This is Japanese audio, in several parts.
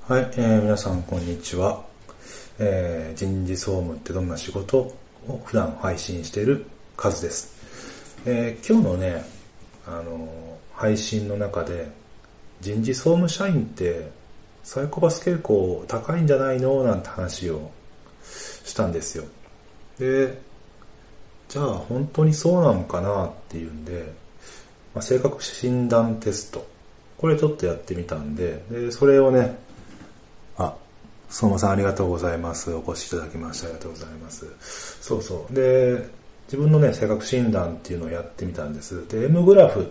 はい、皆さんこんにちは。人事総務ってどんな仕事を普段配信しているカズです。今日のね、配信の中で人事総務社員ってサイコパス傾向高いんじゃないのなんて話をしたんですよ。で、じゃあ本当にそうなのかなっていうんで、性格診断テスト、これちょっとやってみたんで、それをね、相馬さんありがとうございます。お越しいただきましてありがとうございます。そうそう。で、自分のね、性格診断っていうのをやってみたんです。で、M グラム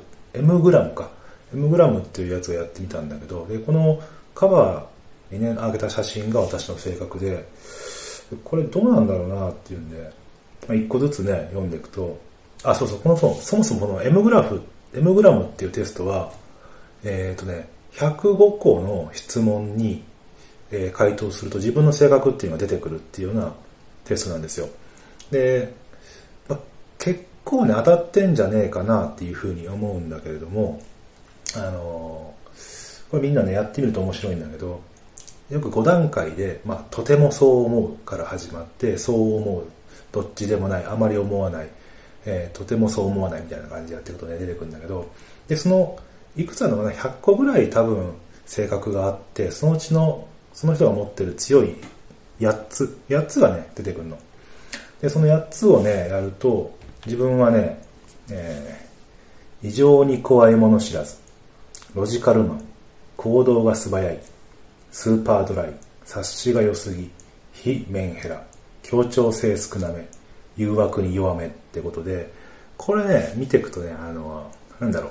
っていうやつをやってみたんだけど、で、このカバーにね、上げた写真が私の性格で、これどうなんだろうなっていうんで、一個ずつね、読んでいくと、そもそもこの M グラムっていうテストは、105個の質問に、回答すると自分の性格っていうのが出てくるっていうようなテストなんですよ。で、結構ね当たってんじゃねえかなっていうふうに思うんだけれども、これみんなねやってみると面白いんだけど、よく5段階で、とてもそう思うから始まって、そう思う、どっちでもない、あまり思わない、とてもそう思わないみたいな感じでやっていくとね出てくるんだけど、でそのいくつあるのかな、100個ぐらい多分性格があって、そのうちのその人が持ってる強い8つがね出てくるので、その8つをねやると、自分はね、異常に怖いもの知らず、ロジカルマン、行動が素早い、スーパードライ、察しが良すぎ、非メンヘラ、協調性少なめ、誘惑に弱めってことで、これね見ていくとね、なんだろう、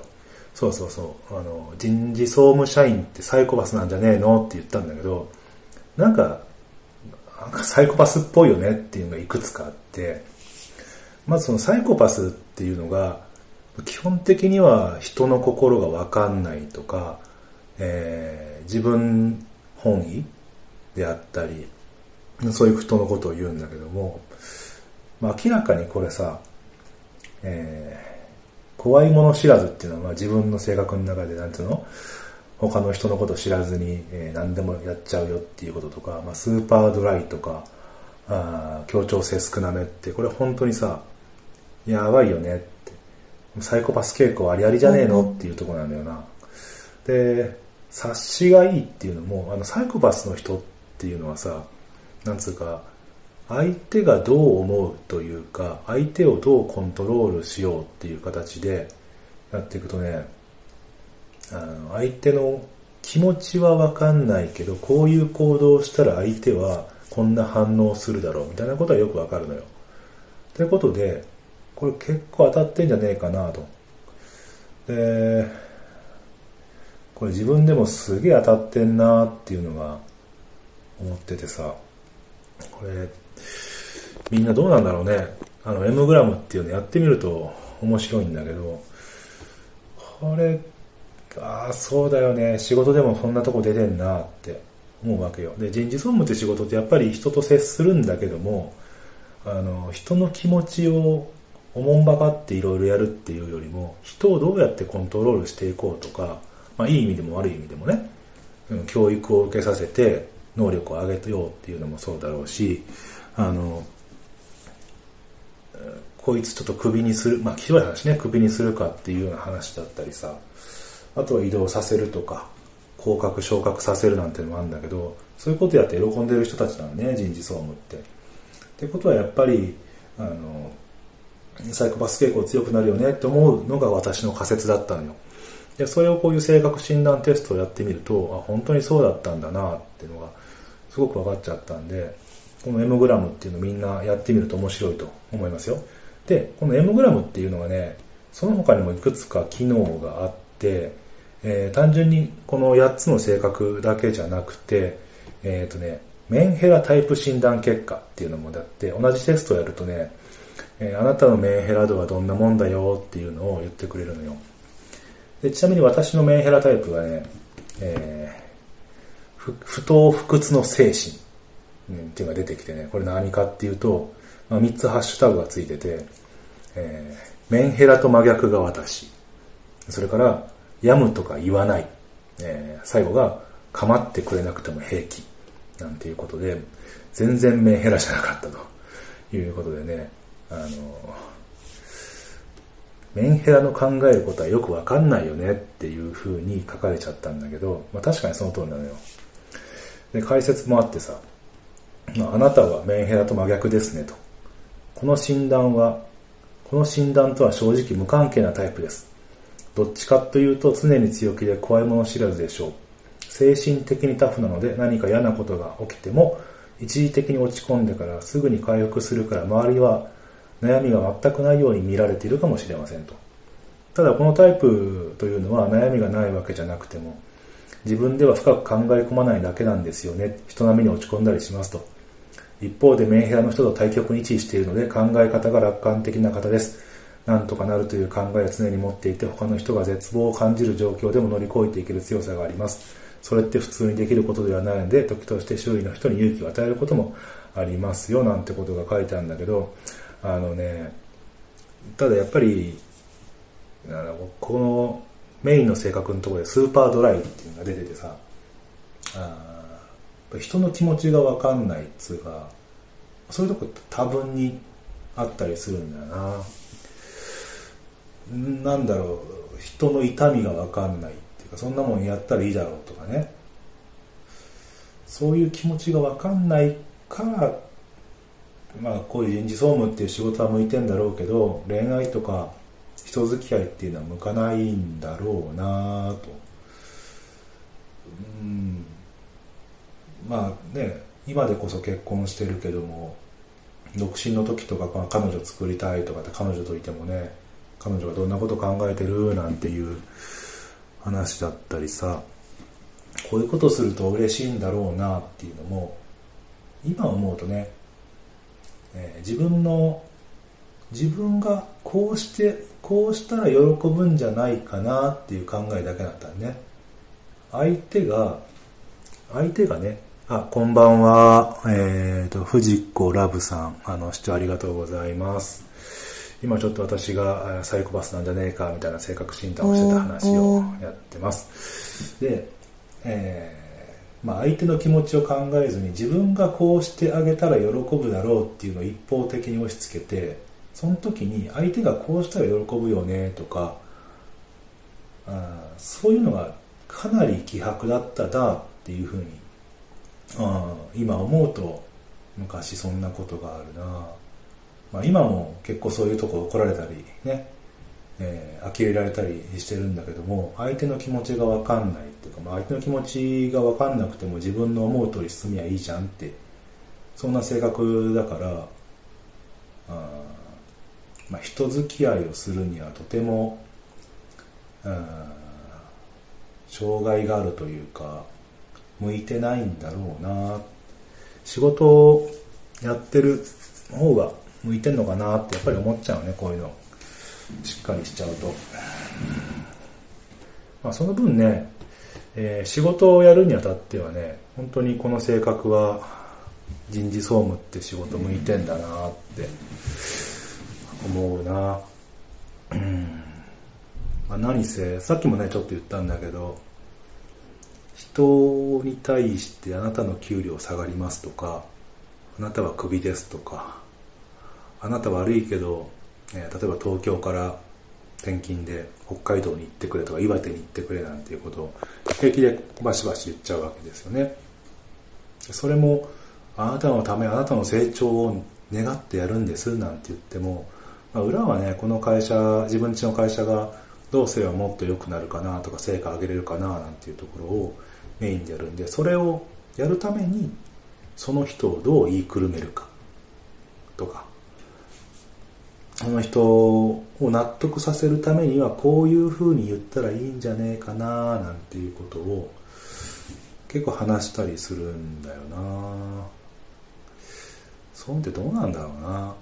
人事総務社員ってサイコパスなんじゃねえのって言ったんだけど、なんかサイコパスっぽいよねっていうのがいくつかあって、まずそのサイコパスっていうのが基本的には人の心が分かんないとか、自分本位であったり、そういう人のことを言うんだけども、明らかにこれさ、怖いもの知らずっていうのは自分の性格の中でなんていうの、他の人のことを知らずに、何でもやっちゃうよっていうこととか、スーパードライとか、協調性少なめって、これ本当にさやばいよねって、サイコパス傾向ありありじゃねえのっていうところなんだよな。で、察しがいいっていうのも、サイコパスの人っていうのはさ、なんつうか、相手がどう思うというか、相手をどうコントロールしようっていう形でやっていくとね、相手の気持ちは分かんないけど、こういう行動をしたら相手はこんな反応するだろうみたいなことはよく分かるのよ。ということで、これ結構当たってんじゃねえかなと。で、これ自分でもすげえ当たってんなっていうのが思っててさ、これみんなどうなんだろうね。M グラムっていうのやってみると面白いんだけど、これそうだよね、仕事でもそんなとこ出てんなって思うわけよ。で、人事総務って仕事ってやっぱり人と接するんだけども、人の気持ちをおもんばかっていろいろやるっていうよりも、人をどうやってコントロールしていこうとか、いい意味でも悪い意味でもね、教育を受けさせて能力を上げてようっていうのもそうだろうし、こいつちょっとクビにする、ひどい話ね、クビにするかっていうような話だったりさ、あとは移動させるとか、降格昇格させるなんてのもあるんだけど、そういうことやって喜んでる人たちなのね、人事総務って。ってことはやっぱりサイコパス傾向強くなるよねって思うのが私の仮説だったのよ。で、それをこういう性格診断テストをやってみると、本当にそうだったんだなっていうのがすごく分かっちゃったんで、この M グラムっていうのをみんなやってみると面白いと思いますよ。で、この M グラムっていうのはね、その他にもいくつか機能があって、単純にこの8つの性格だけじゃなくて、メンヘラタイプ診断結果っていうのもだって、同じテストをやるとね、あなたのメンヘラ度はどんなもんだよっていうのを言ってくれるのよ。で、ちなみに私のメンヘラタイプはね、不当不屈の精神っていうのが出てきてね、これ何かっていうと、3つハッシュタグがついてて、メンヘラと真逆が私、それから病むとか言わない、最後が構ってくれなくても平気なんていうことで、全然メンヘラじゃなかったということでね、メンヘラの考えることはよくわかんないよねっていう風に書かれちゃったんだけど、確かにその通りなのよ。で、解説もあってさ、あなたはメンヘラと真逆ですねと。この診断とは正直無関係なタイプです。どっちかというと常に強気で怖いもの知らずでしょう。精神的にタフなので何か嫌なことが起きても一時的に落ち込んでからすぐに回復するから、周りは悩みが全くないように見られているかもしれませんと。ただこのタイプというのは悩みがないわけじゃなくても、自分では深く考え込まないだけなんですよね。人並みに落ち込んだりしますと。一方でメンヘラの人と対極に位置しているので考え方が楽観的な方です。なんとかなるという考えを常に持っていて、他の人が絶望を感じる状況でも乗り越えていける強さがあります。それって普通にできることではないので、時として周囲の人に勇気を与えることもありますよ、なんてことが書いてあるんだけど、ただやっぱりこのメインの性格のところでスーパードライっていうのが出ててさ、人の気持ちが分かんないっつうか、そういうとこ多分にあったりするんだよな。なんだろう、人の痛みが分かんないっていうか、そんなもんやったらいいだろうとかね、そういう気持ちが分かんないから、こういう人事総務っていう仕事は向いてんだろうけど、恋愛とか人付き合いっていうのは向かないんだろうなと。今でこそ結婚してるけども、独身の時とか、彼女作りたいとかって、彼女といてもね、彼女がどんなこと考えてるなんていう話だったりさ、こういうことすると嬉しいんだろうなっていうのも今思うとね、自分がこうしたら喜ぶんじゃないかなっていう考えだけだったんね。相手がね、こんばんは、藤子ラブさん、視聴ありがとうございます。今ちょっと私がサイコパスなんじゃねえかみたいな性格診断をしてた話をやってます。で、相手の気持ちを考えずに自分がこうしてあげたら喜ぶだろうっていうのを一方的に押し付けて、その時に相手がこうしたら喜ぶよねとか、そういうのがかなり希薄だっただっていうふうに、今思うと昔そんなことがあるな。今も結構そういうとこ怒られたりね、呆れられたりしてるんだけども、相手の気持ちが分かんないっていうか、相手の気持ちが分かんなくても自分の思う通り進みゃいいじゃんって、そんな性格だから、人付き合いをするにはとても障害があるというか、向いてないんだろうな。仕事をやってる方が向いてんのかなってやっぱり思っちゃうね、こういうのしっかりしちゃうと。その分ね、仕事をやるにあたってはね、本当にこの性格は人事総務って仕事向いてんだなって思うな。何せさっきもねちょっと言ったんだけど、人に対してあなたの給料下がりますとか、あなたはクビですとか、あなた悪いけど、例えば東京から転勤で北海道に行ってくれとか岩手に行ってくれなんていうことを平気でバシバシ言っちゃうわけですよね。それもあなたのため、あなたの成長を願ってやるんですなんて言っても、裏はね、この会社、自分家の会社がどうすればもっと良くなるかなとか成果上げれるかななんていうところをメインでやるんで、それをやるためにその人をどう言いくるめるかとか、その人を納得させるためにはこういう風に言ったらいいんじゃねえかななんていうことを結構話したりするんだよな。そうってどうなんだろうな。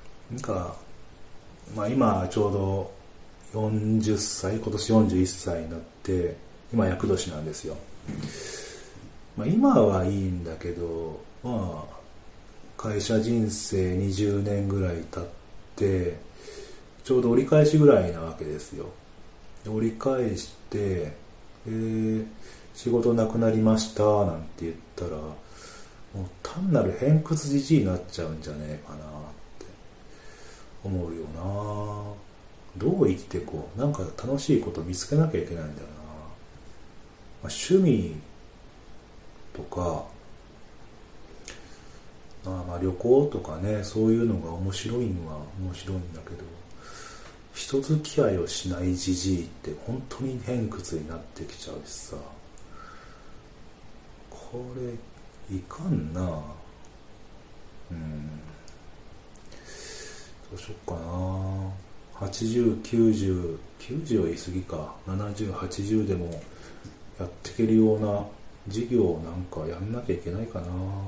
今ちょうど40歳、今年41歳になって今厄年なんですよ。今はいいんだけど、会社人生20年ぐらい経ってちょうど折り返しぐらいなわけですよ。折り返して、 仕事なくなりましたなんて言ったら、もう単なる偏屈じじいになっちゃうんじゃねえかなって思うよな。どう生きてこう、なんか楽しいこと見つけなきゃいけないんだよな。趣味とか、まあ旅行とかね、そういうのが面白いのは面白いんだけど、人付き合いをしないじじいって本当に偏屈になってきちゃうしさ、これいかんな。どうしよっかな。80、90、90は言い過ぎか。70、80でもやっていけるような事業なんかやんなきゃいけないかな。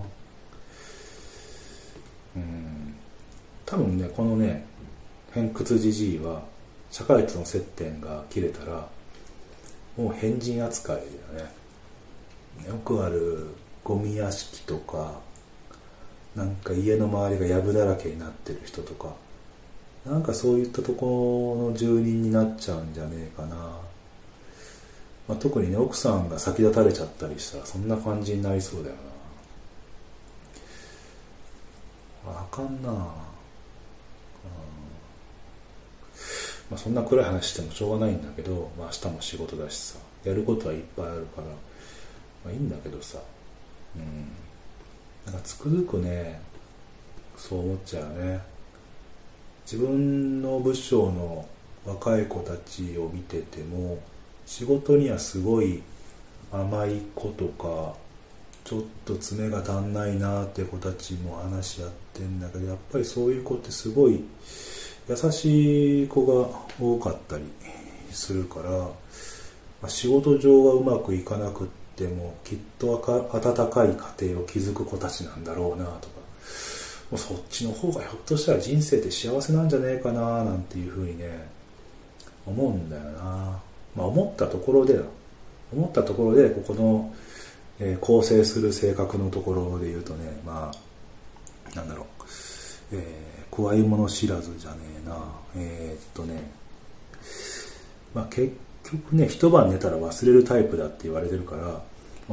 多分ね、このね、偏屈じじいは社会との接点が切れたらもう変人扱いだよね。よくあるゴミ屋敷とか、なんか家の周りが藪だらけになってる人とか、なんかそういったところの住人になっちゃうんじゃねえかな。特にね、奥さんが先立たれちゃったりしたらそんな感じになりそうだよな。あかんな。そんな暗い話してもしょうがないんだけど、明日も仕事だしさ、やることはいっぱいあるから、いいんだけどさ、なんかつくづくね、そう思っちゃうね。自分の部署の若い子たちを見てても、仕事にはすごい甘い子とか、ちょっと爪が足んないなって子たちも話し合ってんだけど、やっぱりそういう子ってすごい優しい子が多かったりするから、仕事上はうまくいかなくってもきっと温かい家庭を築く子たちなんだろうなとか、もうそっちの方がひょっとしたら人生って幸せなんじゃねえかななんていうふうにね、思うんだよな。思ったところでここの、構成する性格のところで言うとね、なんだろう、怖いもの知らずじゃねえな。結局ね、一晩寝たら忘れるタイプだって言われてるから、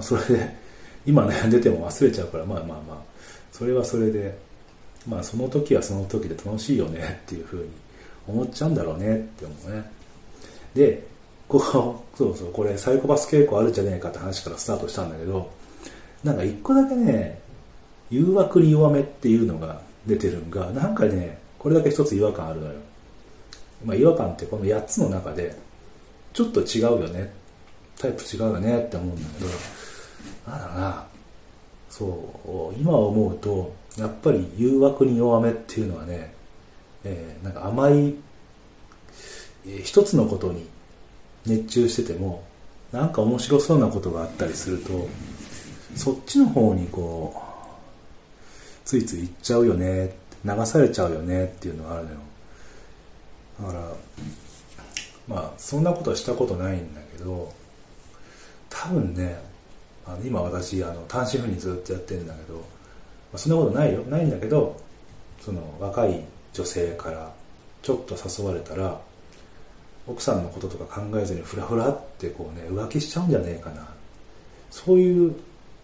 それで今悩んでても忘れちゃうから、それはそれで、その時はその時で楽しいよねっていうふうに思っちゃうんだろうねって思うね。で、これサイコパス傾向あるんじゃねえかって話からスタートしたんだけど、なんか一個だけね、誘惑に弱めっていうのが出てるんが、なんかね、これだけ一つ違和感あるのよ。違和感ってこの8つの中でちょっと違うよね、タイプ違うよねって思うんだけど、なんだろうな、そう今思うとやっぱり誘惑に弱めっていうのはね、なんか甘い、一つのことに熱中しててもなんか面白そうなことがあったりすると、そっちの方にこうついつい行っちゃうよね、流されちゃうよねっていうのがあるのよ。だからそんなことはしたことないんだけど、多分ね、今私単身赴任ずっとやってるんだけど、そんなことないんだけど、その若い女性からちょっと誘われたら奥さんのこととか考えずにフラフラってこうね、浮気しちゃうんじゃねえかな。そういう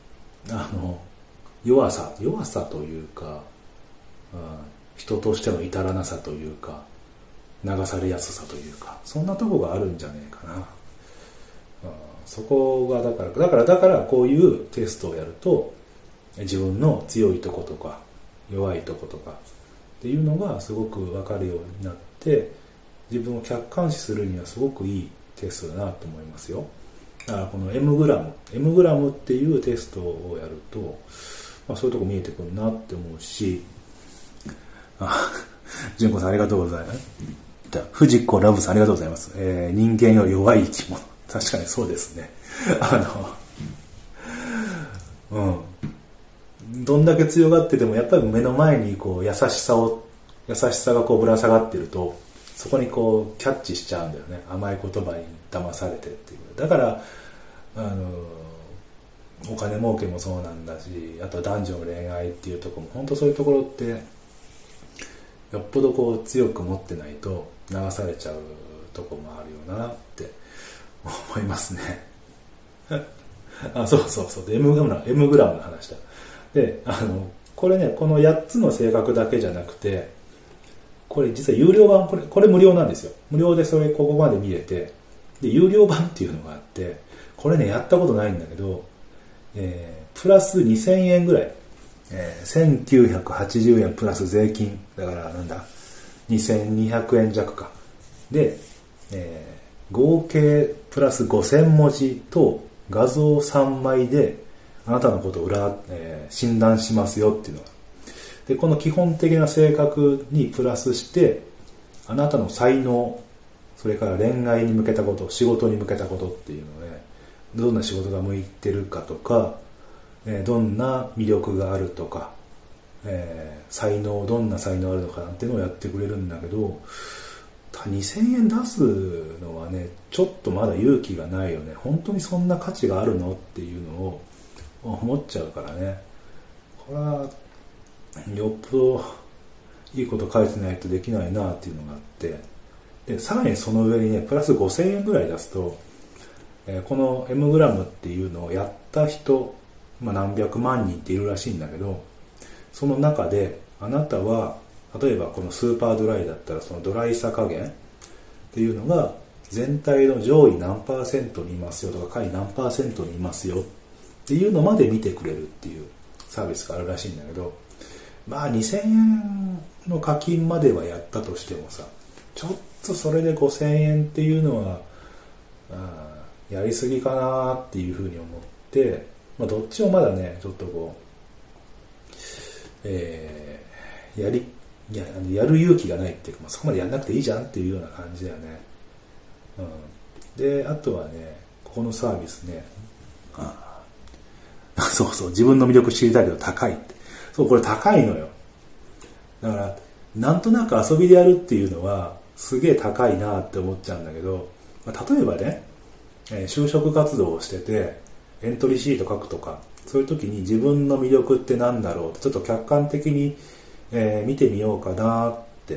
弱さというか、人としての至らなさというか、流されやすさというか、そんなとこがあるんじゃねえかな。そこがだからこういうテストをやると自分の強いとことか弱いとことかっていうのがすごく分かるようになって、自分を客観視するにはすごくいいテストだなと思いますよ。だからこの M グラムっていうテストをやると、そういうとこ見えてくるなって思うし、純子さんありがとうございます。藤子ラブさんありがとうございます。人間より弱い生き物。確かにそうですね。どんだけ強がっててもやっぱり目の前にこう優しさがこうぶら下がってると、そこにこうキャッチしちゃうんだよね。甘い言葉に騙されてっていう。だからお金儲けもそうなんだし、あと男女の恋愛っていうところも本当そういうところってよっぽどこう強く持ってないと流されちゃうところもあるよなって思いますね。 そうそうそう。で、M グラムの話だ。で、これね、この8つの性格だけじゃなくて、これ実は有料版、これ無料なんですよ。無料でここまで見れて、で、有料版っていうのがあって、これね、やったことないんだけど、プラス2000円ぐらい、1980円プラス税金、だからなんだ、2200円弱か。で、合計プラス5000文字と画像3枚であなたのことを診断しますよっていうのが。で、この基本的な性格にプラスして、あなたの才能、それから恋愛に向けたこと、仕事に向けたことっていうのをね、どんな仕事が向いてるかとか、どんな魅力があるとか、どんな才能あるのかなんていうのをやってくれるんだけど、2000円出すのはね、ちょっとまだ勇気がないよね。本当にそんな価値があるのっていうのを思っちゃうからね。これはよっぽどいいこと書いてないとできないなっていうのがあって、でさらにその上にねプラス5000円ぐらい出すと、この M グラムっていうのをやった人、何百万人っているらしいんだけど、その中であなたは例えばこのスーパードライだったらそのドライさ加減っていうのが全体の上位何%にいますよとか下位何%にいますよっていうのまで見てくれるっていうサービスがあるらしいんだけど、2000円の課金まではやったとしてもさ、ちょっとそれで5000円っていうのはやりすぎかなっていうふうに思って、どっちもまだねちょっとこう、やる勇気がないっていうか、そこまでやんなくていいじゃんっていうような感じだよね。で、あとはね、ここのサービスね、そうそう、自分の魅力知りたいけど高いって。そう、これ高いのよ。だから、なんとなく遊びでやるっていうのは、すげえ高いなって思っちゃうんだけど、例えばね、就職活動をしてて、エントリーシート書くとか、そういう時に自分の魅力ってなんだろうって、ちょっと客観的に見てみようかなって、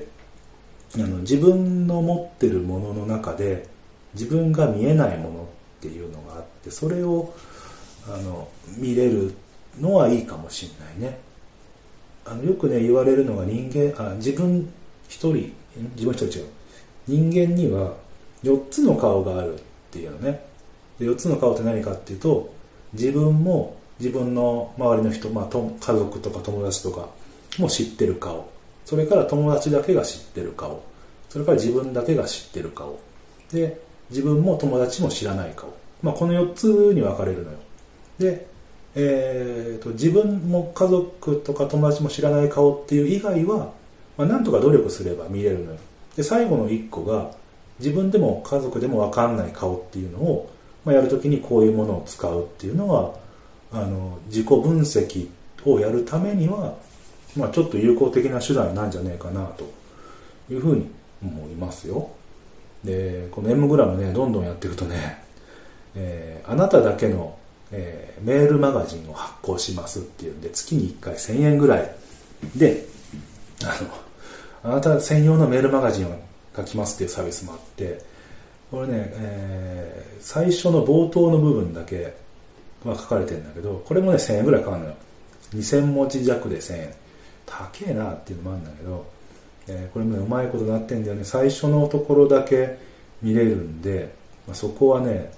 自分の持ってるものの中で自分が見えないものっていうのがあって、それを見れるのはいいかもしれないね。よくね言われるのが自分一人違う、人間には4つの顔があるっていうのね。で、4つの顔って何かっていうと、自分も自分の周りの人、家族とか友達とかも知ってる顔、それから友達だけが知ってる顔、それから自分だけが知ってる顔で、自分も友達も知らない顔、この4つに分かれるのよ。で、自分も家族とか友達も知らない顔っていう以外は、なんとか努力すれば見れるのよ。で、最後の1個が自分でも家族でも分かんない顔っていうのを、やるときにこういうものを使うっていうのは、自己分析をやるためには、ちょっと有効的な手段なんじゃねえかなというふうに思いますよ。で、この M グラムね、どんどんやっていくとね、あなただけの、メールマガジンを発行しますっていうんで、月に1回1000円ぐらいで、あなた専用のメールマガジンを書きますっていうサービスもあって、これね、最初の冒頭の部分だけは書かれてるんだけど、これもね1000円ぐらいかかるのよ。2000文字弱で1000円。高えなっていうのもあるんだけど、これもねうまいことなってんだよね。最初のところだけ見れるんで、そこはね、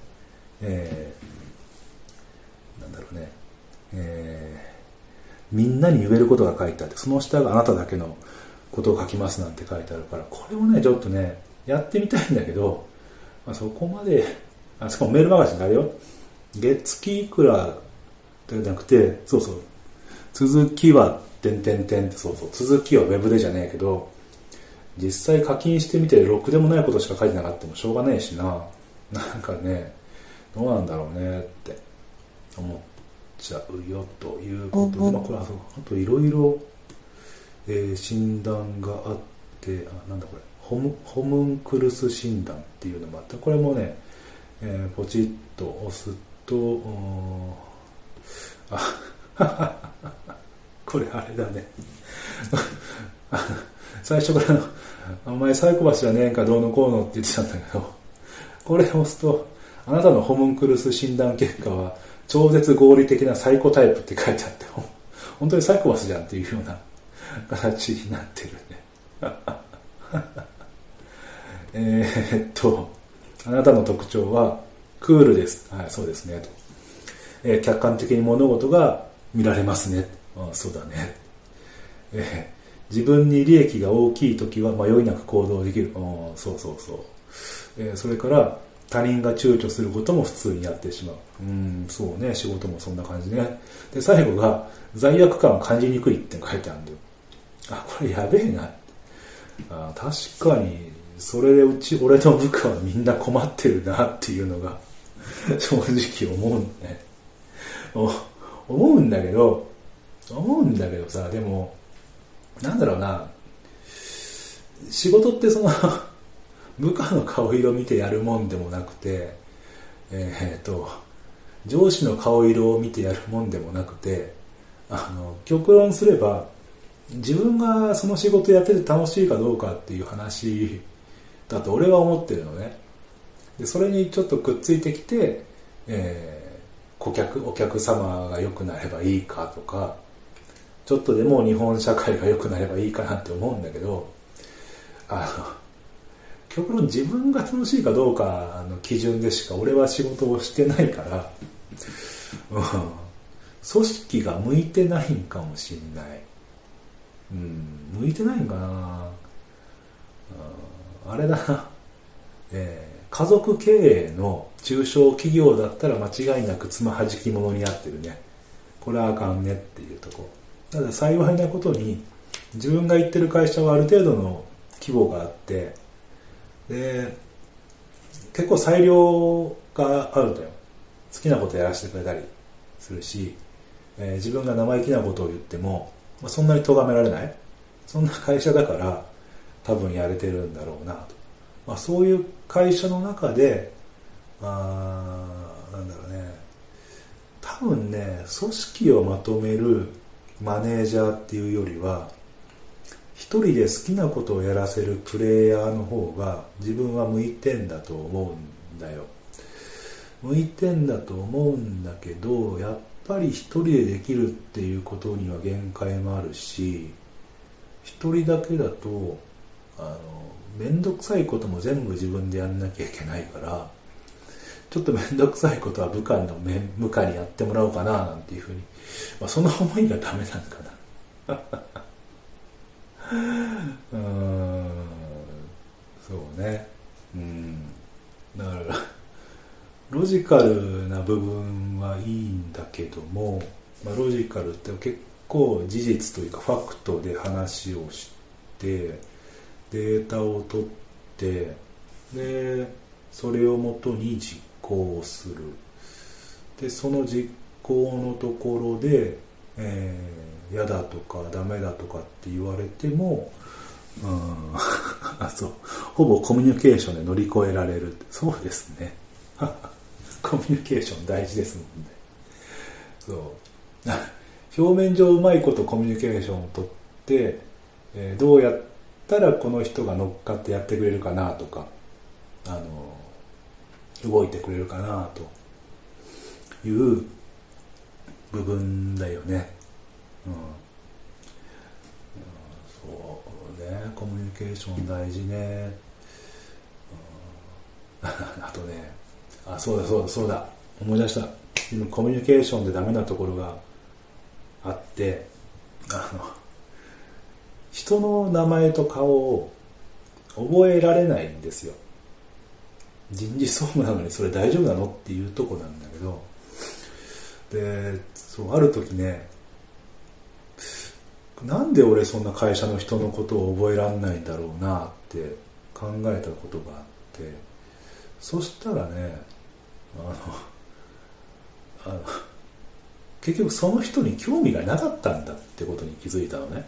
みんなに言えることが書いてあって、その下があなただけのことを書きますなんて書いてあるから、これもねちょっとねやってみたいんだけど、そこまで、しかもメールマガジンであれよ、月いくらじゃなくて、そうそう、続きはってそうそう、続きはウェブでじゃねえけど、実際課金してみてろくでもないことしか書いてなかったもしょうがねえしな、なんかねどうなんだろうねって思っちゃうよということで、これあといろいろ診断があって、なんだこれ、ホムンクルス診断っていうのもあって、これもね、ポチッと押すと、これあれだね最初からお前サイコパスじゃねえんかどうのこうのって言ってたんだけど、これを押すとあなたのホムンクルス診断結果は超絶合理的なサイコタイプって書いてあって、本当にサイコパスじゃんっていうような形になってるね。あなたの特徴はクールです。はい、そうですね。客観的に物事が見られますね。そうだね。自分に利益が大きいときは迷いなく行動できる。そうそうそう。それから他人が躊躇することも普通にやってしまう。そうね、仕事もそんな感じね。で、最後が罪悪感を感じにくいって書いてあるんだよ。これやべえな。確かに、それで俺の部下はみんな困ってるなっていうのが正直思うんだね。思うんだけどさ、でも、なんだろうな、仕事ってその部下の顔色見てやるもんでもなくて、上司の顔色を見てやるもんでもなくて、極論すれば自分がその仕事やってて楽しいかどうかっていう話だと俺は思ってるのね。でそれにちょっとくっついてきて、お客様が良くなればいいかとか、ちょっとでも日本社会が良くなればいいかなって思うんだけど、極論自分が楽しいかどうかの基準でしか俺は仕事をしてないから、組織が向いてないんかもしんない。向いてないんかな。あれだな、家族経営の中小企業だったら間違いなくつまはじき者になってるね。これはあかんねっていうとこ。ただ幸いなことに自分が行ってる会社はある程度の規模があって、で結構裁量があるんだよ。好きなことやらせてくれたりするし、自分が生意気なことを言っても、そんなに咎められない、そんな会社だから多分やれてるんだろうなと。そういう会社の中でなんだろうね、多分ね、組織をまとめるマネージャーっていうよりは、一人で好きなことをやらせるプレイヤーの方が自分は向いてんだと思うんだよ。向いてんだと思うんだけど、やっぱり一人でできるっていうことには限界もあるし、一人だけだとめんどくさいことも全部自分でやんなきゃいけないから、ちょっとめんどくさいことは部下にやってもらおうかななんていうふうに、その思いがダメなんかな。そうね。だからロジカルな部分はいいんだけども、ロジカルって結構事実というかファクトで話をしてデータを取って、でそれをもとに実行する。でその実行のところで嫌だとかダメだとかって言われても、そう、ほぼコミュニケーションで乗り越えられる。そうですね。コミュニケーション大事ですもんね。そう表面上うまいことコミュニケーションをとって、どうやったらこの人が乗っかってやってくれるかなとか、動いてくれるかなという部分だよね。そうね、コミュニケーション大事ね。あとね、そうだ思い出した。今コミュニケーションでダメなところがあって、人の名前と顔を覚えられないんですよ。人事総務なのにそれ大丈夫なのっていうとこなんだけど、でそうある時ね、なんで俺そんな会社の人のことを覚えられないんだろうなって考えたことがあって、そしたらね、結局その人に興味がなかったんだってことに気づいたのね。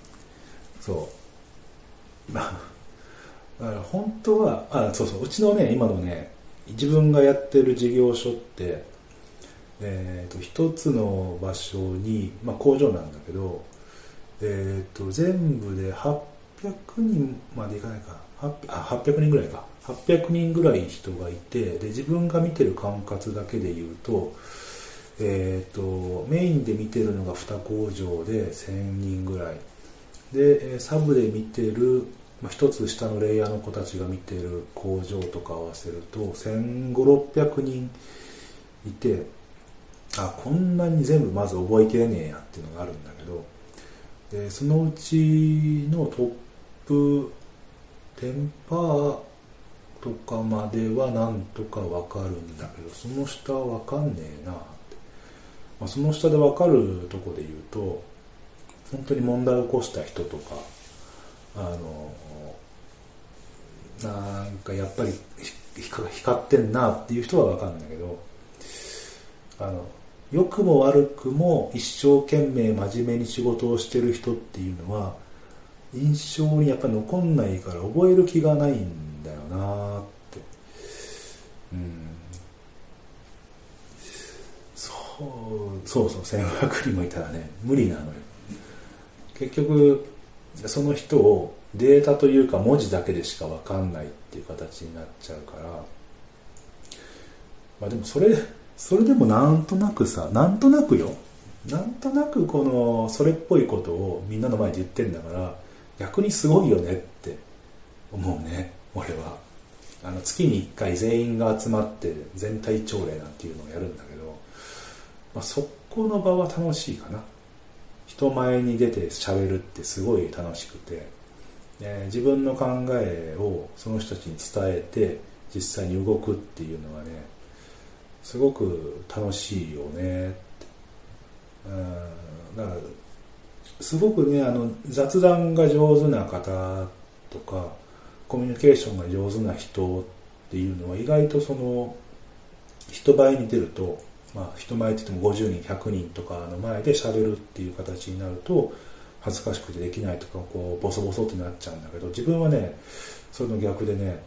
そうだから本当はうちのね、今のね、自分がやってる事業所って、一つの場所に、工場なんだけど、全部で800人までいかないか、800人ぐらいか、800人ぐらい人がいて、で自分が見てる管轄だけで言うと、 メインで見てるのが2工場で1000人ぐらいで、サブで見てる、一つ下のレイヤーの子たちが見てる工場とか合わせると1500-1600人いて、こんなに全部まず覚えきれねえやっていうのがあるんだけど、でそのうちのトップ10%とかまではなんとか分かるんだけど、その下は分かんねえなって、その下で分かるとこで言うと、本当に問題を起こした人とか、なんかやっぱり光ってんなっていう人は分かるんだけど、良くも悪くも一生懸命真面目に仕事をしてる人っていうのは印象にやっぱり残んないから覚える気がないんだよなって。そう1500人もいたらね無理なのよ。結局その人をデータというか文字だけでしか分かんないっていう形になっちゃうから、でもそれでもなんとなくこのそれっぽいことをみんなの前で言ってんだから逆にすごいよねって思うね。俺は月に1回全員が集まって全体朝礼なんていうのをやるんだけど、そこの場は楽しいかな。人前に出て喋るってすごい楽しくて、自分の考えをその人たちに伝えて実際に動くっていうのはねすごく楽しいよねって。だからすごくね雑談が上手な方とかコミュニケーションが上手な人っていうのは意外とその人前に出ると、人前って言っても50人100人とかの前で喋るっていう形になると恥ずかしくてできないとかこうボソボソってなっちゃうんだけど、自分はねその逆でね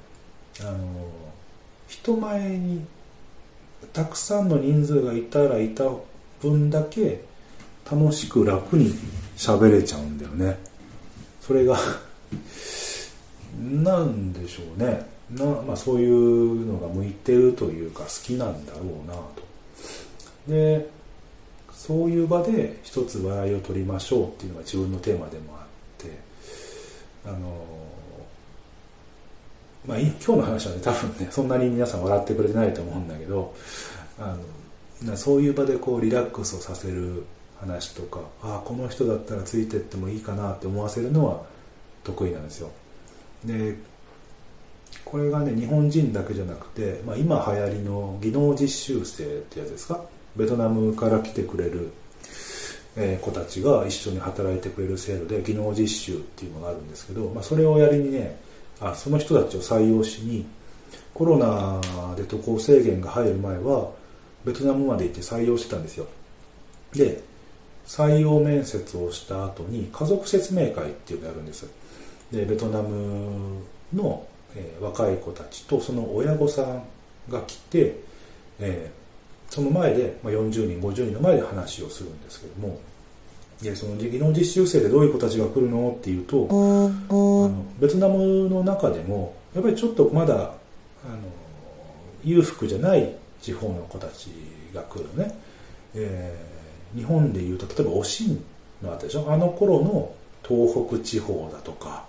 人前にたくさんの人数がいたらいた分だけ楽しく楽に喋れちゃうんだよね。それがなんでしょうね。そういうのが向いてるというか好きなんだろうなと。でそういう場で一つ笑いを取りましょうっていうのが自分のテーマでもあって、今日の話はね多分ねそんなに皆さん笑ってくれてないと思うんだけど、そういう場でこうリラックスをさせる話とか、この人だったらついてってもいいかなって思わせるのは得意なんですよ。でこれがね日本人だけじゃなくて、今流行りの技能実習生ってやつですか、ベトナムから来てくれる、子たちが一緒に働いてくれる制度で技能実習っていうのがあるんですけど、それをやりにねその人たちを採用しにコロナで渡航制限が入る前はベトナムまで行って採用してたんですよ。で採用面接をした後に家族説明会っていうのをやるんです。でベトナムの、若い子たちとその親御さんが来て、その前で、40人50人の前で話をするんですけども、でその技能実習生でどういう子たちが来るのっていうと、ベトナムの中でもやっぱりちょっとまだ裕福じゃない地方の子たちが来るのね。日本でいうと例えばおしんのあったでしょ、あの頃の東北地方だとか、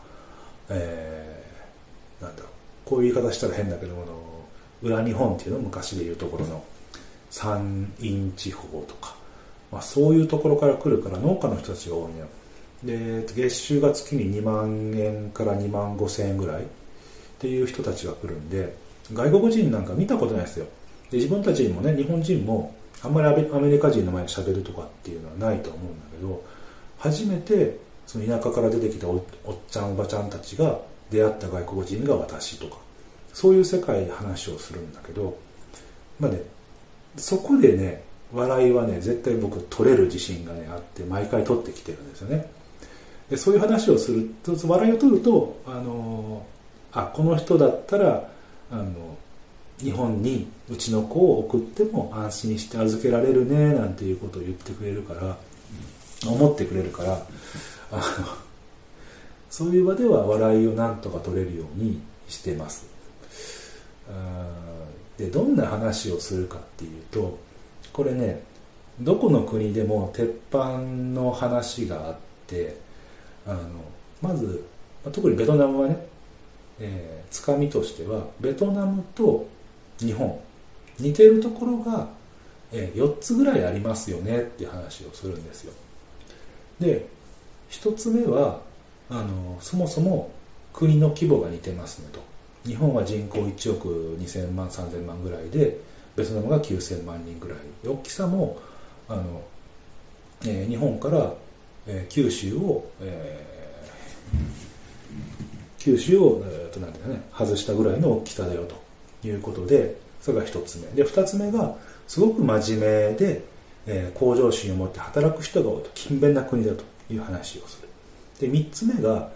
なんだろう、こういう言い方したら変だけど裏日本っていうの昔でいうところの山陰地方とか、そういうところから来るから農家の人たちが多いのよ。で月収が月に2万円から2万5千円ぐらいっていう人たちが来るんで、外国人なんか見たことないですよ。で自分たちにもね日本人もあんまりアメリカ人の前で喋るとかっていうのはないと思うんだけど、初めてその田舎から出てきた おっちゃんおばちゃんたちが出会った外国人が私とか、そういう世界で話をするんだけど、そこでね笑いはね絶対僕取れる自信がねあって毎回取ってきてるんですよね。でそういう話をすると笑いを取るとこの人だったら日本にうちの子を送っても安心して預けられるねなんていうことを言ってくれるから思ってくれるからそういう場では笑いをなんとか取れるようにしてます。でどんな話をするかっていうと、これねどこの国でも鉄板の話があって、まず特にベトナムはね、つかみとしてはベトナムと日本似てるところが、4つぐらいありますよねっていう話をするんですよ。で1つ目はそもそも国の規模が似てますねと。日本は人口1億2000万3000万ぐらいで、ベトナムが9000万人ぐらい、大きさも日本から、九州を、なんていうかね、外したぐらいの大きさだよということで、それが一つ目で、二つ目がすごく真面目で、向上心を持って働く人が多いと、勤勉な国だという話をする。で三つ目が、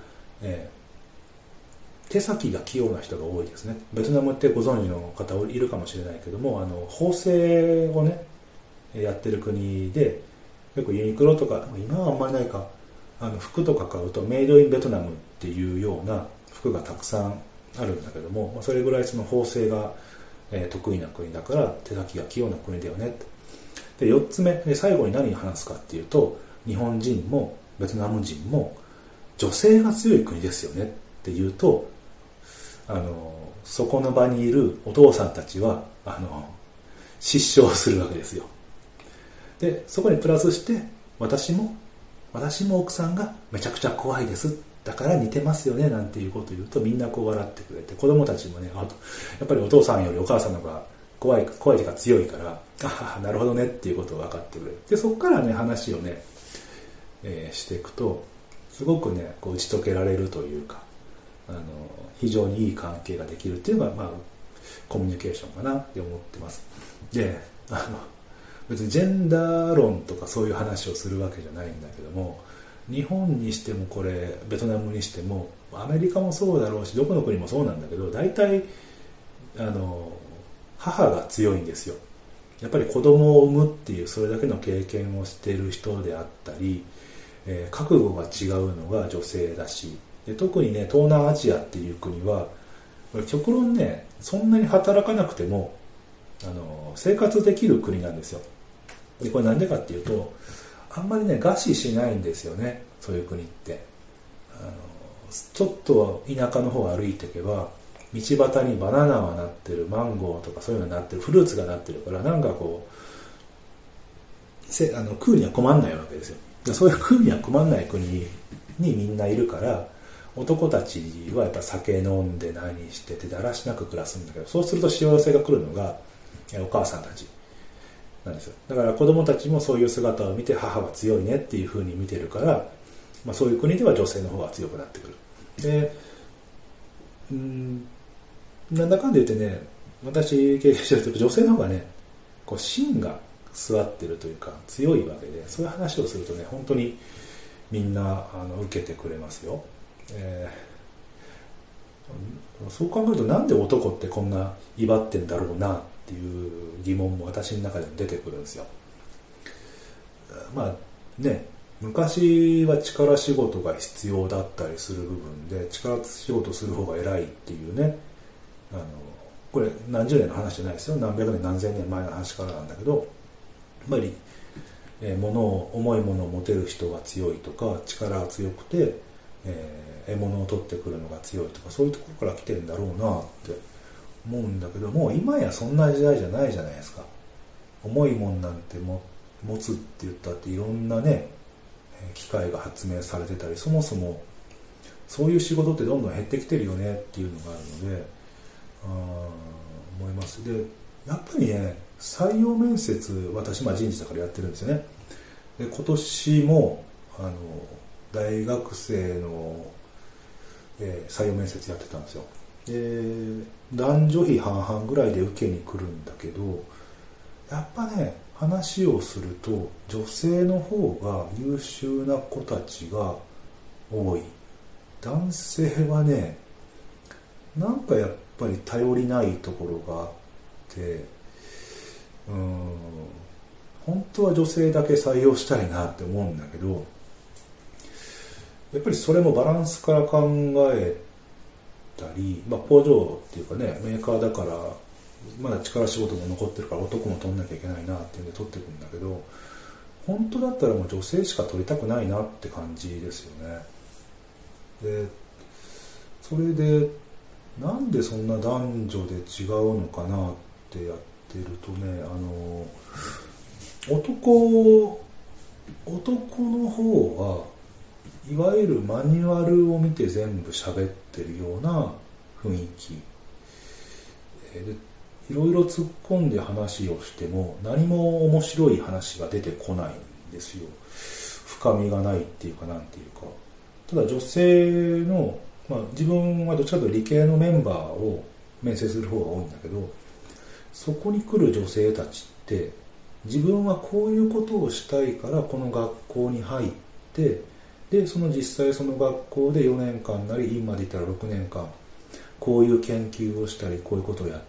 手先が器用な人が多いですね。ベトナムってご存知の方いるかもしれないけども、縫製をねやってる国で、結構ユニクロとか今はあんまりないか、服とか買うとメイドインベトナムっていうような服がたくさんあるんだけども、それぐらいその縫製が得意な国だから手先が器用な国だよね。で4つ目で最後に何を話すかっていうと、日本人もベトナム人も女性が強い国ですよねっていうと、そこの場にいるお父さんたちは失笑するわけですよ。でそこにプラスして、私も奥さんがめちゃくちゃ怖いです、だから似てますよねなんていうことを言うと、みんなこう笑ってくれて、子供たちもね、やっぱりお父さんよりお母さんの方が怖いというか強いから、なるほどねっていうことを分かってくれる。でそこからね話をね、していくとすごくねこう打ち解けられるというか、非常にいい関係ができるっていうのが、コミュニケーションかなって思ってます。で別にジェンダー論とかそういう話をするわけじゃないんだけども、日本にしてもこれベトナムにしてもアメリカもそうだろうし、どこの国もそうなんだけど、大体母が強いんですよ。やっぱり子供を産むっていうそれだけの経験をしている人であったり、覚悟が違うのが女性だし、で特にね東南アジアっていう国は極論ね、そんなに働かなくても生活できる国なんですよ。でこれなんでかっていうと、あんまりね餓死しないんですよね、そういう国って。ちょっと田舎の方を歩いていけば道端にバナナはなってる、マンゴーとかそういうのがなってる、フルーツがなってるから、なんかこう食うには困んないわけですよ。でそういう食うには困んない国にみんないるから、男たちはやっぱ酒飲んで何しててだらしなく暮らすんだけど、そうすると幸せが来るのがお母さんたちなんですよ。だから子供たちもそういう姿を見て、母は強いねっていう風に見てるから、そういう国では女性の方が強くなってくる。でなんだかんで言ってね、私経験してると女性の方がねこう芯が据わってるというか強いわけで、そういう話をするとね本当にみんな受けてくれますよ。そう考えると、なんで男ってこんな威張ってんだろうなっていう疑問も私の中でも出てくるんですよ。昔は力仕事が必要だったりする部分で、力仕事する方が偉いっていうね、これ何十年の話じゃないですよ、何百年何千年前の話からなんだけど、やっぱり重いものを持てる人が強いとか、力が強くて、獲物を取ってくるのが強いとか、そういうところから来てるんだろうなって思うんだけど、もう今やそんな時代じゃないじゃないですか。重いもんなんて持つって言ったっていろんなね機械が発明されてたり、そもそもそういう仕事ってどんどん減ってきてるよねっていうのがあるので、思います。でやっぱりね、採用面接、私人事だからやってるんですよね。で今年も大学生の、採用面接やってたんですよ。で男女比半々ぐらいで受けに来るんだけど、やっぱね話をすると女性の方が優秀な子たちが多い。男性はねなんかやっぱり頼りないところがあって、本当は女性だけ採用したいなって思うんだけど、やっぱりそれもバランスから考えたり、工場っていうかねメーカーだからまだ力仕事も残ってるから男も取んなきゃいけないなっていうんで取っていくんだけど、 本当だったらもう女性しか取りたくないなって感じですよね。でそれでなんでそんな男女で違うのかなってやってるとね、男の方はいわゆるマニュアルを見て全部喋ってるような雰囲気で、いろいろ突っ込んで話をしても何も面白い話が出てこないんですよ。深みがないっていうか、なんていうか。ただ女性の、自分はどっちかというと理系のメンバーを面接する方が多いんだけど、そこに来る女性たちって自分はこういうことをしたいからこの学校に入って、でその実際その学校で4年間なり今で言ったら6年間こういう研究をしたりこういうことをやって、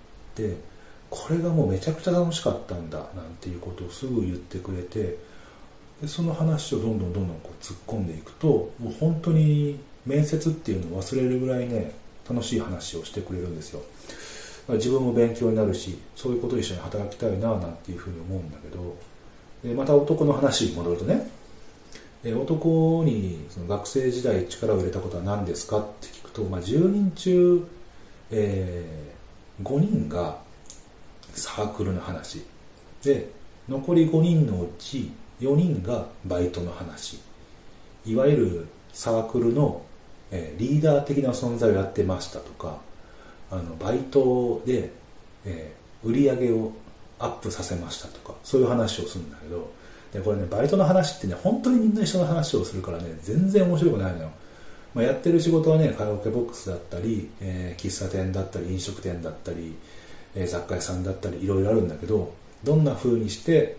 これがもうめちゃくちゃ楽しかったんだなんていうことをすぐ言ってくれて、でその話をどんどんこう突っ込んでいくと、もう本当に面接っていうのを忘れるぐらいね楽しい話をしてくれるんですよ。自分も勉強になるし、そういうことを一緒に働きたいななんていうふうに思うんだけど、また男の話に戻るとね、男にその学生時代力を入れたことは何ですかって聞くと、10人中、5人がサークルの話で、残り5人のうち4人がバイトの話、いわゆるサークルの、リーダー的な存在をやってましたとか、バイトで、売り上げをアップさせましたとか、そういう話をするんだけど、でこれね、バイトの話ってね、本当にみんな一緒の話をするからね、全然面白くないのよ。やってる仕事はね、カラオケボックスだったり、喫茶店だったり飲食店だったり、雑貨屋さんだったりいろいろあるんだけど、どんな風にして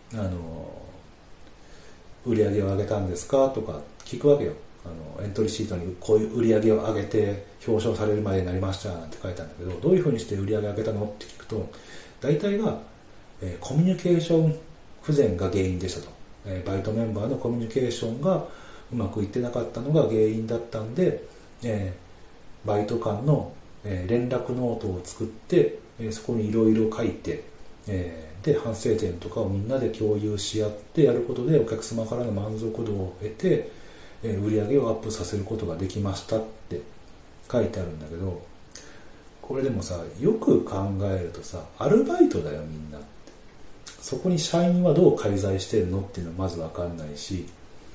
売り上げを上げたんですかとか聞くわけよ。エントリーシートにこういう売り上げを上げて表彰されるまでになりましたなんて書いてあるんだけど、どういう風にして売り上げを上げたのって聞くと、大体が、コミュニケーション不全が原因でしたと、バイトメンバーのコミュニケーションがうまくいってなかったのが原因だったんで、バイト間の、連絡ノートを作って、そこにいろいろ書いて、で反省点とかをみんなで共有し合ってやることでお客様からの満足度を得て、売り上げをアップさせることができましたって書いてあるんだけど、これでもさ、よく考えるとさ、アルバイトだよみんな。そこに社員はどう介在してるのっていうのはまず分かんないし、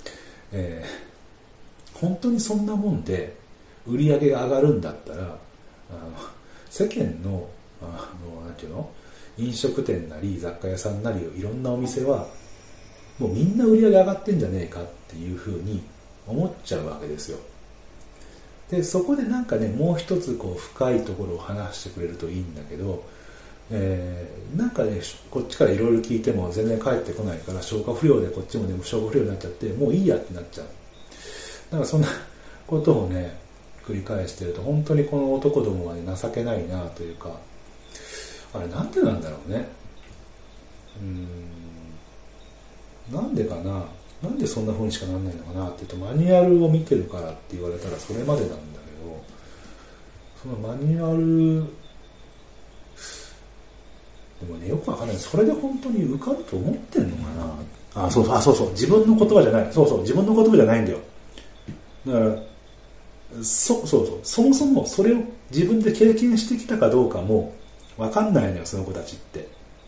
本当にそんなもんで売り上げが上がるんだったら、世間のなんていうの、飲食店なり雑貨屋さんなりいろんなお店はもうみんな売り上げ上がってんじゃねえかっていうふうに思っちゃうわけですよ。でそこでなんかね、もう一つこう深いところを話してくれるといいんだけど、なんかね、こっちからいろいろ聞いても全然返ってこないから、消化不良でこっちもね消化不良になっちゃって、もういいやってなっちゃう。だからそんなことをね繰り返してると、本当にこの男どもはね情けないなというか、あれなんでなんだろうね。なんでかな、なんでそんな風にしかなんないのかなって言うと、マニュアルを見てるからって言われたらそれまでなんだけど、そのマニュアルでもね、よくわかんない。それで本当に受かると思ってんのかな。そうそう、自分の言葉じゃない。自分の言葉じゃないんだよ。だからそもそもそれを自分で経験してきたかどうかもわかんないのよ、その子たちって。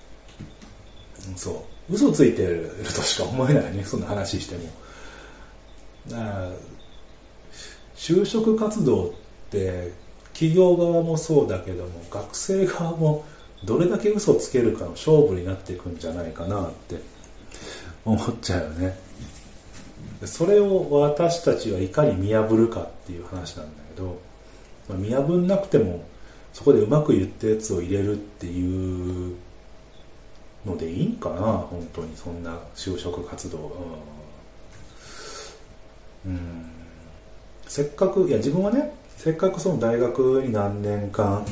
嘘ついてるとしか思えないね、そんな話しても。だから就職活動って企業側もそうだけども、学生側もどれだけ嘘つけるかの勝負になっていくんじゃないかなって思っちゃうよね。それを私たちはいかに見破るかっていう話なんだけど、見破んなくてもそこでうまく言ったやつを入れるっていうのでいいんかな、本当にそんな就職活動。せっかく、自分はね、せっかくその大学に何年間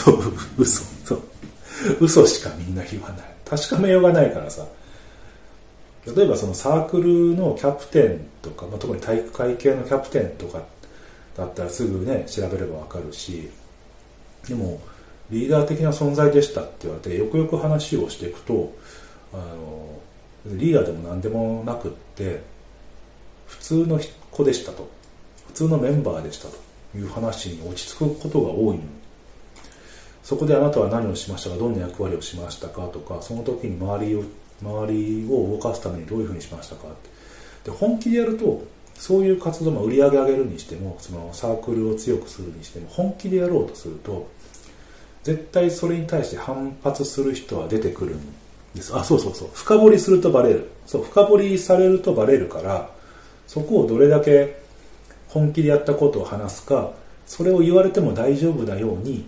嘘しかみんな言わない。確かめようがないからさ。例えばそのサークルのキャプテンとか、特に体育会系のキャプテンとかだったらすぐね調べればわかるし、でもリーダー的な存在でしたって言われて、よくよく話をしていくと、 リーダーでも何でもなくって、普通の子でしたと、普通のメンバーでしたという話に落ち着くことが多いの。そこであなたは何をしましたか、どんな役割をしましたかとか、その時に周りを動かすためにどういうふうにしましたかって。で、本気でやると、そういう活動も売り上げ上げるにしても、そのサークルを強くするにしても、本気でやろうとすると、絶対それに対して反発する人は出てくるんです。そう。深掘りするとバレる。そう、深掘りされるとバレるから、そこをどれだけ本気でやったことを話すか、それを言われても大丈夫なように、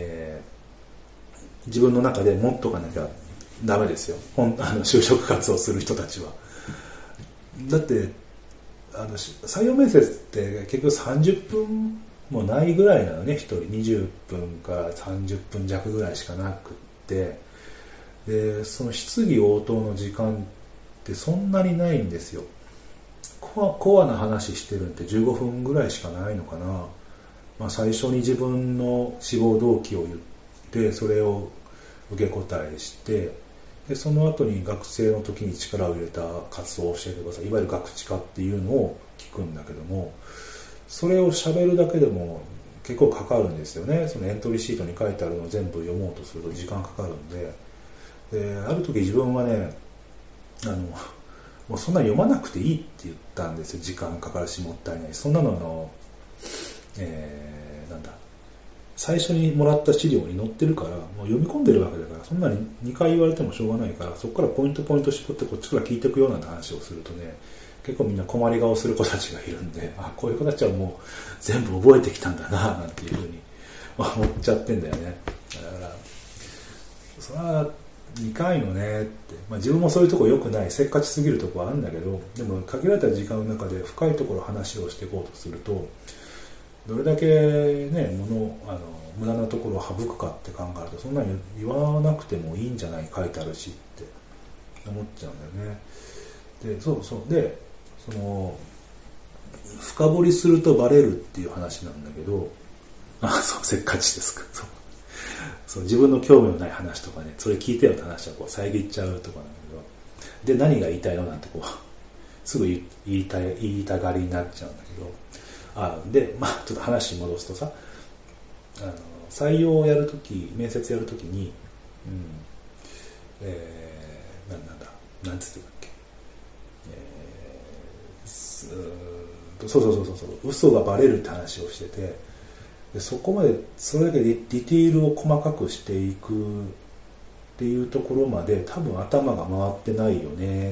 自分の中で持っとかなきゃダメですよ。就職活動する人たちは。だって採用面接って結局30分もないぐらいなのね。1人20分から30分弱ぐらいしかなくって、でその質疑応答の時間ってそんなにないんですよ。コアな話してるんって15分ぐらいしかないのかな。最初に自分の志望動機を言って、それを受け答えして、でその後に学生の時に力を入れた活動を教えてください、いわゆる学知化っていうのを聞くんだけども、それを喋るだけでも結構かかるんですよね。そのエントリーシートに書いてあるのを全部読もうとすると時間かかるんで、ある時自分はね、もうそんな読まなくていいって言ったんですよ。時間かかるしもったいない。そんなの最初にもらった資料に載ってるから、もう読み込んでるわけだから、そんなに2回言われてもしょうがないから、そこからポイント絞ってこっちから聞いていくような話をするとね、結構みんな困り顔する子たちがいるんで、こういう子たちはもう全部覚えてきたんだななんていうふうに思っちゃってんだよね。だからそれは2回のねって、自分もそういうとこ良くない、せっかちすぎるとこはあるんだけど、でも限られた時間の中で深いところ話をしていこうとすると、どれだけね無駄なところを省くかって考えると、そんなに言わなくてもいいんじゃない、書いてあるしって思っちゃうんだよね。ででその深掘りするとバレるっていう話なんだけど、せっかちですか。そう自分の興味のない話とかね、それ聞いてよって話はこう遮っちゃうとかなんだけど、で何が言いたいのなんてこうすぐ言いたがりになっちゃうんだけど、でちょっと話戻すとさ、採用をやるとき、面接やるときに、なんつってたっけ、そう嘘がバレるって話をしてて、でそこまでそれだけでディティールを細かくしていくっていうところまで多分頭が回ってないよねって。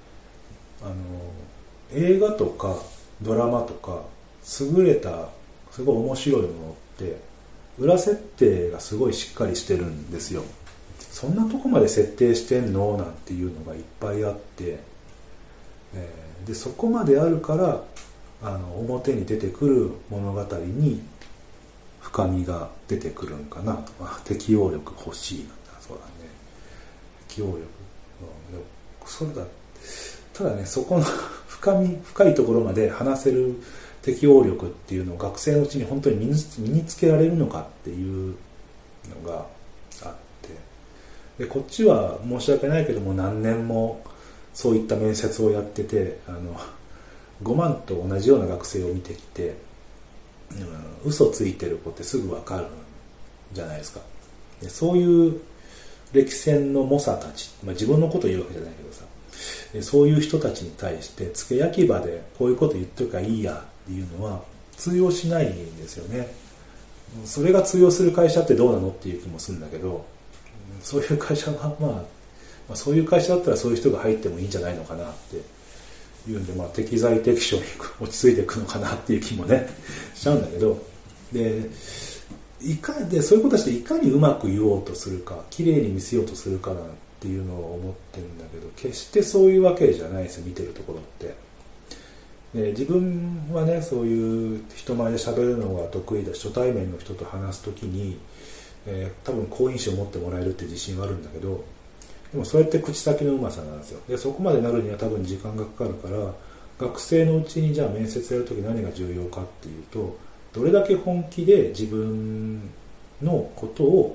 映画とかドラマとか優れたすごい面白いものって裏設定がすごいしっかりしてるんですよ。そんなとこまで設定してんのなんていうのがいっぱいあって、でそこまであるから表に出てくる物語に深みが出てくるんかなと。適応力欲しいなんだそうだね。適応力、それだ。ただね、そこの深いところまで話せる適応力っていうのを学生のうちに本当に身につけられるのかっていうのがあって、でこっちは申し訳ないけども何年もそういった面接をやってて、5万と同じような学生を見てきて、嘘ついてる子ってすぐ分かるじゃないですか。でそういう歴戦の猛者たち、自分のことを言うわけじゃないけどさ、そういう人たちに対して付け焼き場でこういうこと言っとかいいやっていうのは通用しないんですよね。それが通用する会社ってどうなのっていう気もするんだけど、そういう会社はそういう会社だったらそういう人が入ってもいいんじゃないのかなっていうんで、適材適所に落ち着いていくのかなっていう気もねしちゃうんだけど、でそういう子たちでいかにうまく言おうとするか、綺麗に見せようとするかなんていうのを思ってるんだけど、決してそういうわけじゃないですよ、見てるところって。で自分はね、そういう人前で喋るのが得意だし、初対面の人と話すときに、多分好印象を持ってもらえるって自信はあるんだけど、でもそうやって口先のうまさなんですよ。でそこまでなるには多分時間がかかるから、学生のうちにじゃあ面接やるとき何が重要かっていうと、どれだけ本気で自分のことを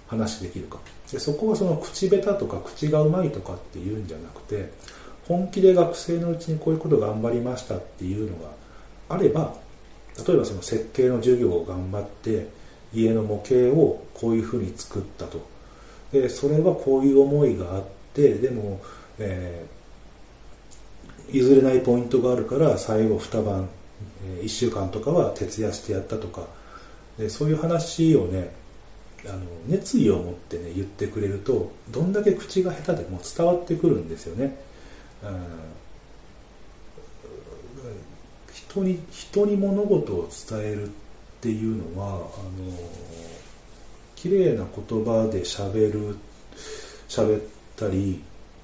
話できるか。でそこはその口下手とか口がうまいとかっていうんじゃなくて、本気で学生のうちにこういうこと頑張りましたっていうのがあれば、例えばその設計の授業を頑張って家の模型をこういうふうに作ったと。でそれはこういう思いがあって、でも、譲れないポイントがあるから最後2晩、1週間とかは徹夜してやったとか、でそういう話をね、熱意を持ってね言ってくれると、どんだけ口が下手でも伝わってくるんですよね。人に物事を伝えるっていうのは綺麗な言葉で喋ったり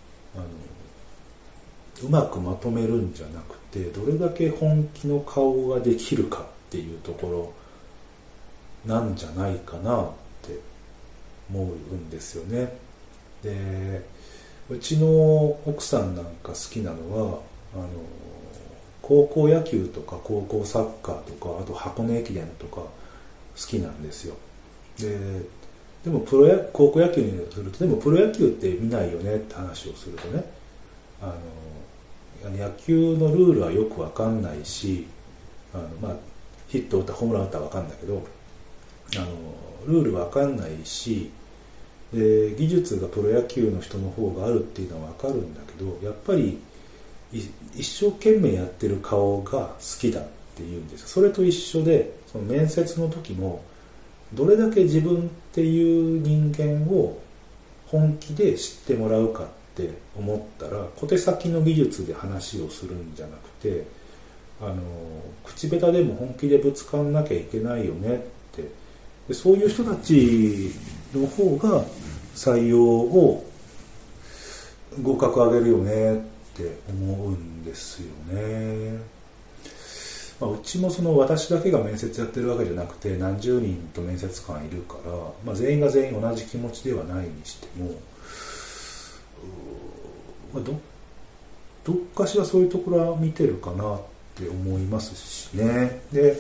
うまくまとめるんじゃなくて、どれだけ本気の顔ができるかっていうところなんじゃないかなって思うんですよね。でうちの奥さんなんか好きなのは高校野球とか高校サッカーとか、あと箱根駅伝とか好きなんですよ。でも高校野球にすると、でもプロ野球って見ないよねって話をするとね、野球のルールはよく分かんないし、ヒット打ったホームラン打ったら分かんないけど、ルール分かんないし、で技術がプロ野球の人の方があるっていうのは分かるんだけど、やっぱり一生懸命やってる顔が好きだっていうんです。それと一緒で、その面接の時もどれだけ自分っていう人間を本気で知ってもらうかって思ったら、小手先の技術で話をするんじゃなくて、口下手でも本気でぶつかんなきゃいけないよねって。でそういう人たちの方が採用を合格上げるよねって思うんですよね。うちもその私だけが面接やってるわけじゃなくて、何十人と面接官いるから、全員が全員同じ気持ちではないにしても、どっかしらそういうところは見てるかなって思いますしね。で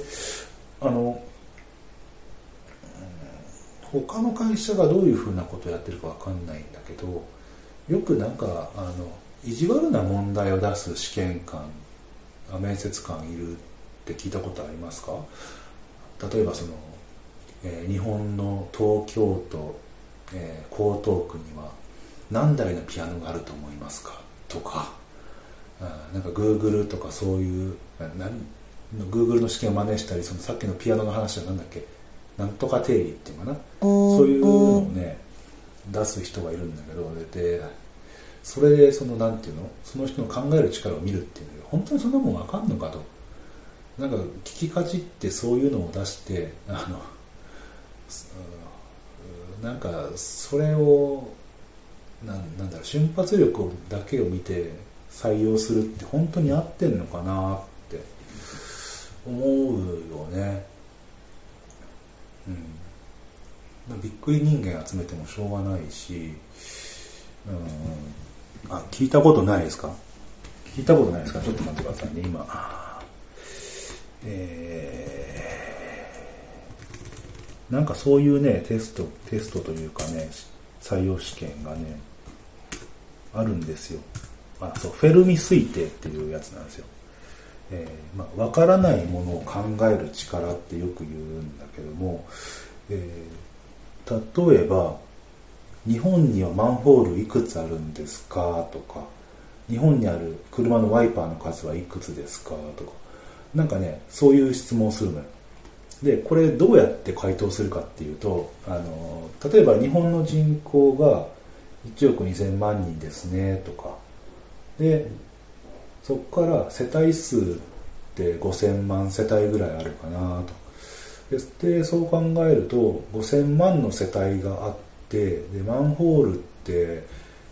他の会社がどういうふうなことをやってるかわかんないんだけど、よく意地悪な問題を出す試験官、面接官いるって聞いたことありますか？例えば日本の東京都、江東区には何台のピアノがあると思いますかとか、Google とかそういうGoogle の試験を真似したり、さっきのピアノの話はなんだっけ、なんとか定理っていうかな、そういうのをね出す人がいるんだけど、でそれでなんていうの、その人の考える力を見るっていうのは本当にそんなもん分かんのかと、聞きかじってそういうのを出してそれを瞬発力だけを見て採用するって本当に合ってんのかなって思うよね。びっくり人間集めてもしょうがないし、聞いたことないですか？聞いたことないですか？ちょっと待ってくださいね、今。そういうねテストというかね、採用試験がねあるんですよ。フェルミ推定っていうやつなんですよ。分からないものを考える力ってよく言うんだけども、例えば日本にはマンホールいくつあるんですかとか、日本にある車のワイパーの数はいくつですかとか、そういう質問をするのよ。でこれどうやって回答するかっていうと、例えば日本の人口が1億2000万人ですねとかで、そこから世帯数って5000万世帯ぐらいあるかなと。でそう考えると5000万の世帯があって、でマンホールって、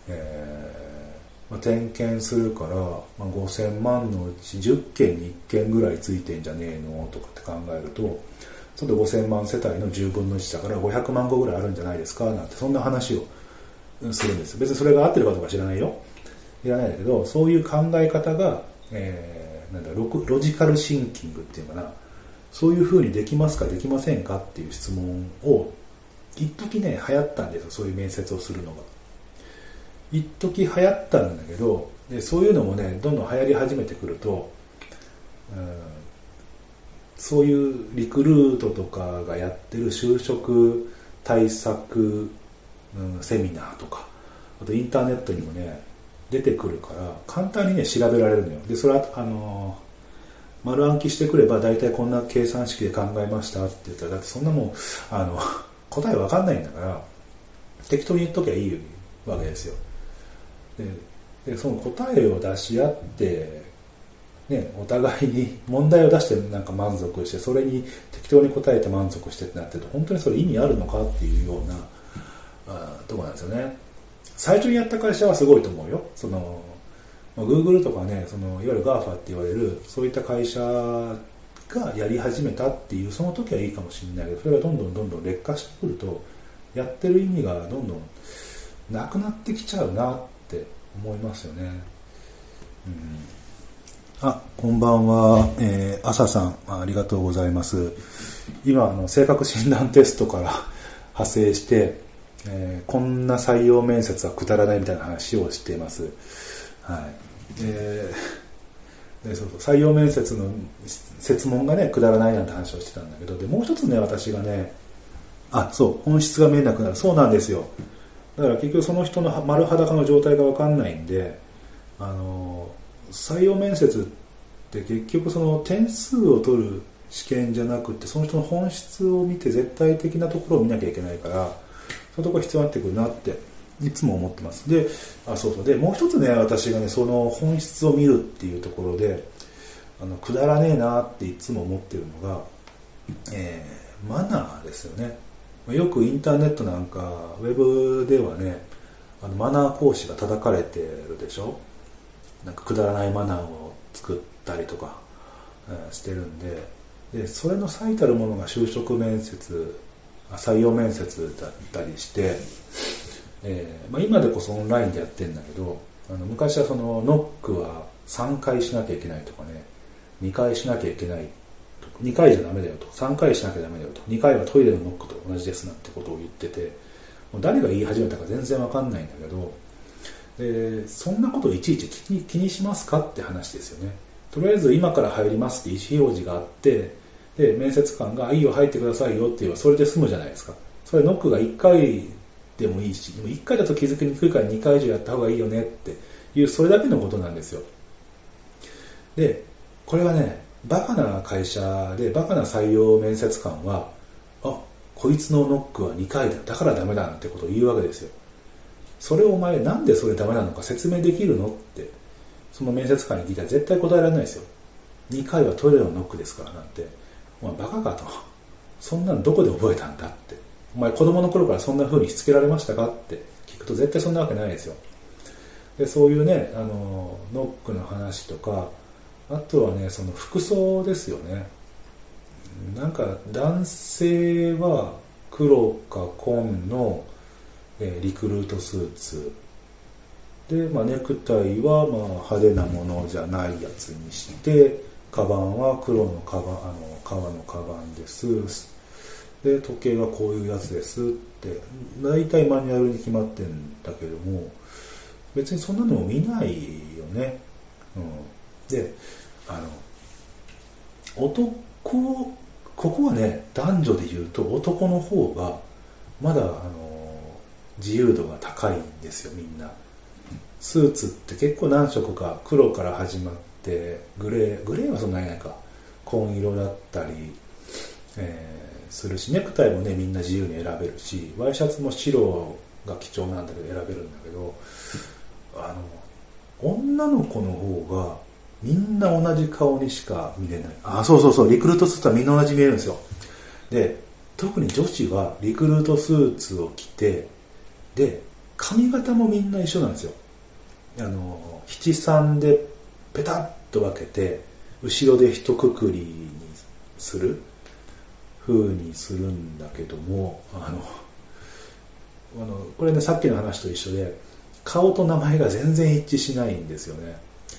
点検するから、5000万のうち10件に1件ぐらいついてんじゃねえのとかって考えると、ちょっと5000万世帯の10分の1だから500万個ぐらいあるんじゃないですかなんて、そんな話をするんです。別にそれが合ってるかどうか知らないよ、知らないんだけど、そういう考え方が、ロジカルシンキングっていうかな、そういうふうにできますかできませんかっていう質問を一時ね流行ったんですよ、そういう面接をするのが。一時流行ったんだけど、でそういうのもねどんどん流行り始めてくると、そういうリクルートとかがやってる就職対策、セミナーとか、あとインターネットにもね出てくるから簡単にね調べられるのよ。でそれは丸暗記してくれば大体こんな計算式で考えましたって言ったら、だってそんなもん答えわかんないんだから適当に言っときゃいいわけですよ。でその答えを出し合ってね、お互いに問題を出してなんか満足して、それに適当に答えて満足してってなってると、本当にそれ意味あるのかっていうようなところなんですよね。最初にやった会社はすごいと思うよ。Google とかね、いわゆる GAFA って言われるそういった会社がやり始めたっていうその時はいいかもしれないけど、それがどんどん劣化してくるとやってる意味がどんどんなくなってきちゃうなって思いますよね。こんばんは、朝さん、ありがとうございます。今性格診断テストから派生して、こんな採用面接はくだらないみたいな話をしています。はい。そう採用面接の設問がねくだらないなんて話をしてたんだけど、でもう一つね私がね本質が見えなくなる。そうなんですよ。だから結局その人の丸裸の状態が分かんないんで、採用面接って結局その点数を取る試験じゃなくて、その人の本質を見て絶対的なところを見なきゃいけないから、そういうところ必要になってくるなっていつも思ってます。で、でもう一つね私がねその本質を見るっていうところでくだらねえなっていつも思ってるのが、マナーですよね。よくインターネットなんかウェブではねマナー講師が叩かれてるでしょ。なんかくだらないマナーを作ったりとか、してるんで、それの最たるものが就職面接、採用面接だったりして、今でこそオンラインでやってるんだけど、昔はそのノックは3回しなきゃいけないとかね、2回しなきゃいけないとか、2回じゃダメだよと、3回しなきゃダメだよと、2回はトイレのノックと同じですなんてことを言ってて、もう誰が言い始めたか全然わかんないんだけど、そんなことをいちいち気にしますかって話ですよね。とりあえず今から入りますって意思表示があって、で面接官がいいよ入ってくださいよって言えばそれで済むじゃないですか。それノックが1回でもいいし、でも1回だと気づきにくいから2回以上やった方がいいよねっていう、それだけのことなんですよ。でこれはねバカな会社でバカな採用面接官はこいつのノックは2回だだからダメだなんてことを言うわけですよ。それをお前なんでそれダメなのか説明できるのってその面接官に聞いたら絶対答えられないですよ。2回はトイレのノックですからなんて、お前バカかと、そんなのどこで覚えたんだって、お前子供の頃からそんな風にしつけられましたかって聞くと絶対そんなわけないですよ。でそういうねノックの話とか、あとはねその服装ですよね。なんか男性は黒か紺のリクルートスーツで、ネクタイは派手なものじゃないやつにして、カバンは黒の革のカバンです。で時計はこういうやつですって大体マニュアルに決まってるんだけども、別にそんなのも見ないよね。でここはね男女で言うと男の方がまだ自由度が高いんですよ。みんなスーツって結構何色か、黒から始まってグレーはそんなにないか、紺色だったり、するし、ネクタイもねみんな自由に選べるし、ワイシャツも白が貴重なんだけど選べるんだけど、女の子の方がみんな同じ顔にしか見れない。そうリクルートスーツはみんな同じ見えるんですよ。で特に女子はリクルートスーツを着て、で髪型もみんな一緒なんですよ。七三でペタッと分けて後ろで一括りにする風にするんだけども、これねさっきの話と一緒で顔と名前が全然一致しないんですよね。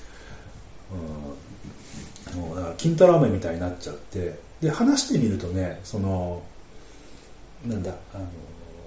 もうだから金太郎飴みたいになっちゃって、で話してみるとね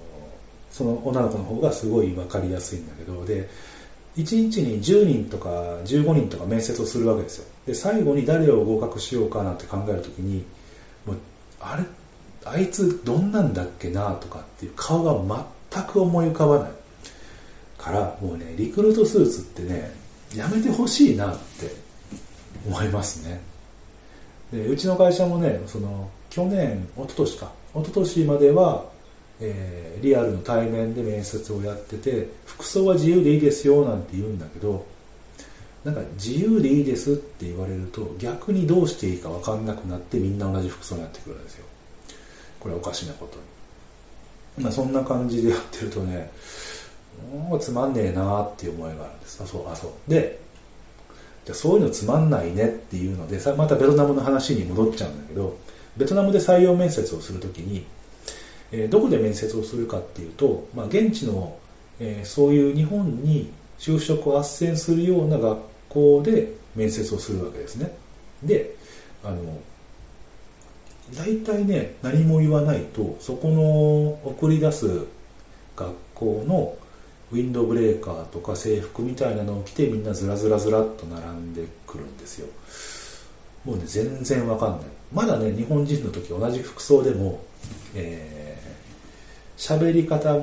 その女の子の方がすごい分かりやすいんだけど、で1日に10人とか15人とか面接をするわけですよ。で最後に誰を合格しようかなって考えるときに、もうあいつどんなんだっけなとかっていう顔が全く思い浮かばないから、もうねリクルートスーツってねやめてほしいなって思いますね。でうちの会社もね、その去年一昨年までは、リアルの対面で面接をやってて、服装は自由でいいですよなんて言うんだけど、なんか自由でいいですって言われると逆にどうしていいか分かんなくなって、みんな同じ服装になってくるんですよ。これはおかしなことに、そんな感じでやってるとね、もうつまんねえなっていう思いがあるんです。そうで、じゃあそういうのつまんないねっていうのでまたベトナムの話に戻っちゃうんだけど、ベトナムで採用面接をするときに、どこで面接をするかっていうと、現地の、そういう日本に就職を斡旋するような学校で面接をするわけですね。で大体ね何も言わないと、そこの送り出す学校のウィンドブレーカーとか制服みたいなのを着て、みんなずらずらずらっと並んでくるんですよ。もうね全然わかんない。まだね日本人の時同じ服装でも喋り方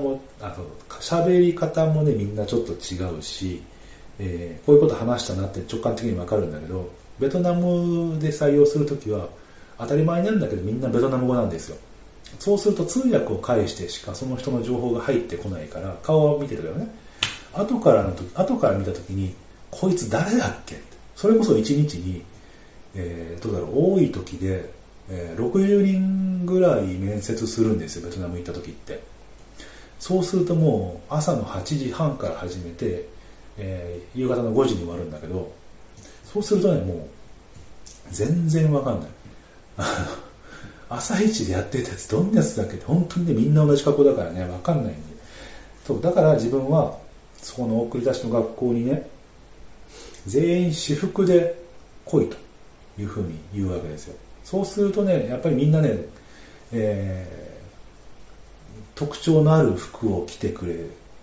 もねみんなちょっと違うし、こういうこと話したなって直感的にわかるんだけど、ベトナムで採用するときは当たり前なんだけどみんなベトナム語なんですよ。そうすると通訳を介してしかその人の情報が入ってこないから、顔を見てるよね。後から見たときに、こいつ誰だっけって、それこそ1日に、多い時で、60人ぐらい面接するんですよ、ベトナム行った時って。そうするともう朝の8時半から始めて、夕方の5時に終わるんだけど、そうするとねもう全然わかんない朝一でやってたやつどんなやつだっけって、本当にねみんな同じ格好だからねわかんないんで、そうだから自分はそこの送り出しの学校にね、全員私服で来いというふうに言うわけですよ。そうするとねやっぱりみんなね、特徴のある服を着てくれ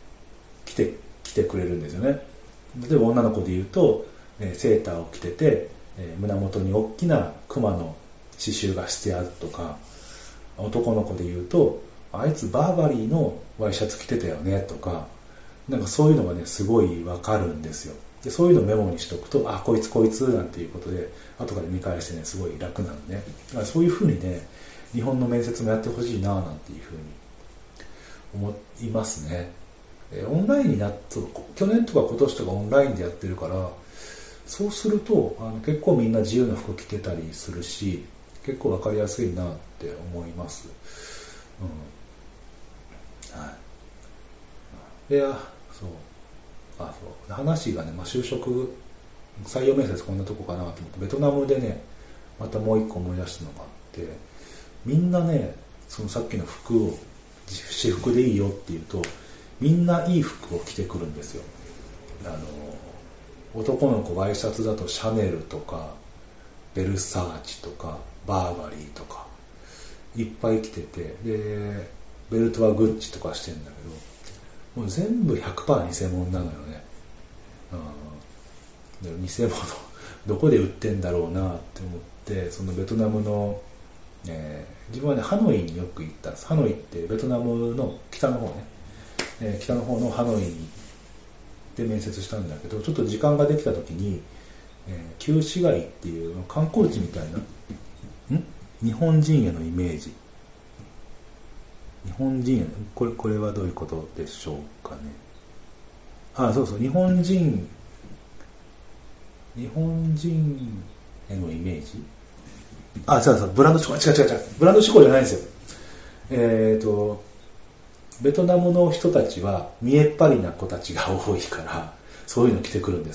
るんですよね。例えば女の子で言うと、セーターを着てて、胸元に大きな熊の刺繍がしてあるとか、男の子で言うとあいつバーバリーのワイシャツ着てたよねとか、なんかそういうのがねすごい分かるんですよ。でそういうのをメモにしとくと、こいつなんていうことで後から見返してねすごい楽なんで、だからそういうふうにね日本の面接もやってほしいななんていうふうに思いますね。オンラインになって去年とか今年とかオンラインでやってるから、そうすると結構みんな自由な服着てたりするし、結構分かりやすいなって思います。いやそう話がね、就職採用面接こんなとこかなと思って、ベトナムでねまたもう一個思い出したのがあって、みんなねそのさっきの服を私服でいいよって言うと、みんないい服を着てくるんですよ。男の子ワイシャツだとシャネルとかベルサーチとかバーバリーとかいっぱい着てて、でベルトはグッチとかしてるんだけど、もう全部 100% 偽物なのよね。で偽物どこで売ってんだろうなって思って、そのベトナムの、自分はねハノイによく行ったんです。ハノイってベトナムの北の方ね、北の方のハノイにで面接したんだけど、ちょっと時間ができた時に、旧市街っていう観光地みたいな日本人へのイメージ、日本人へのこれはどういうことでしょうかね。そう日本人へのイメージ、ブランド志向、違うブランド志向じゃないんですよ。ベトナムの人たちは見えっ張りな子たちが多いから、そういうの着てくるんです。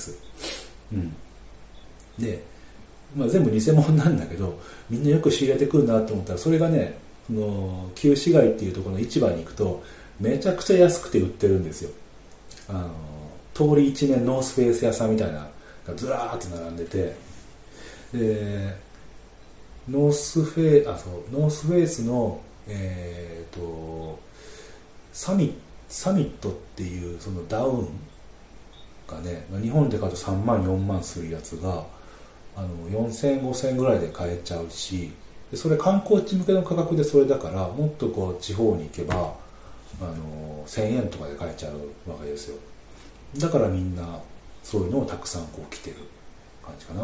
で、全部偽物なんだけど、みんなよく仕入れてくるなと思ったら、それがね、旧市街っていうところの市場に行くとめちゃくちゃ安くて売ってるんですよ。通り一面ノースフェイス屋さんみたいながずらーっと並んでて、でノースフェイスのサミッサミットっていうそのダウンがね、日本で買うと3万4万するやつが4000、5000ぐらいで買えちゃうし、でそれ観光地向けの価格でそれだから、もっとこう地方に行けば1000円とかで買えちゃうわけですよ。だからみんなそういうのをたくさんこう来てる感じかな。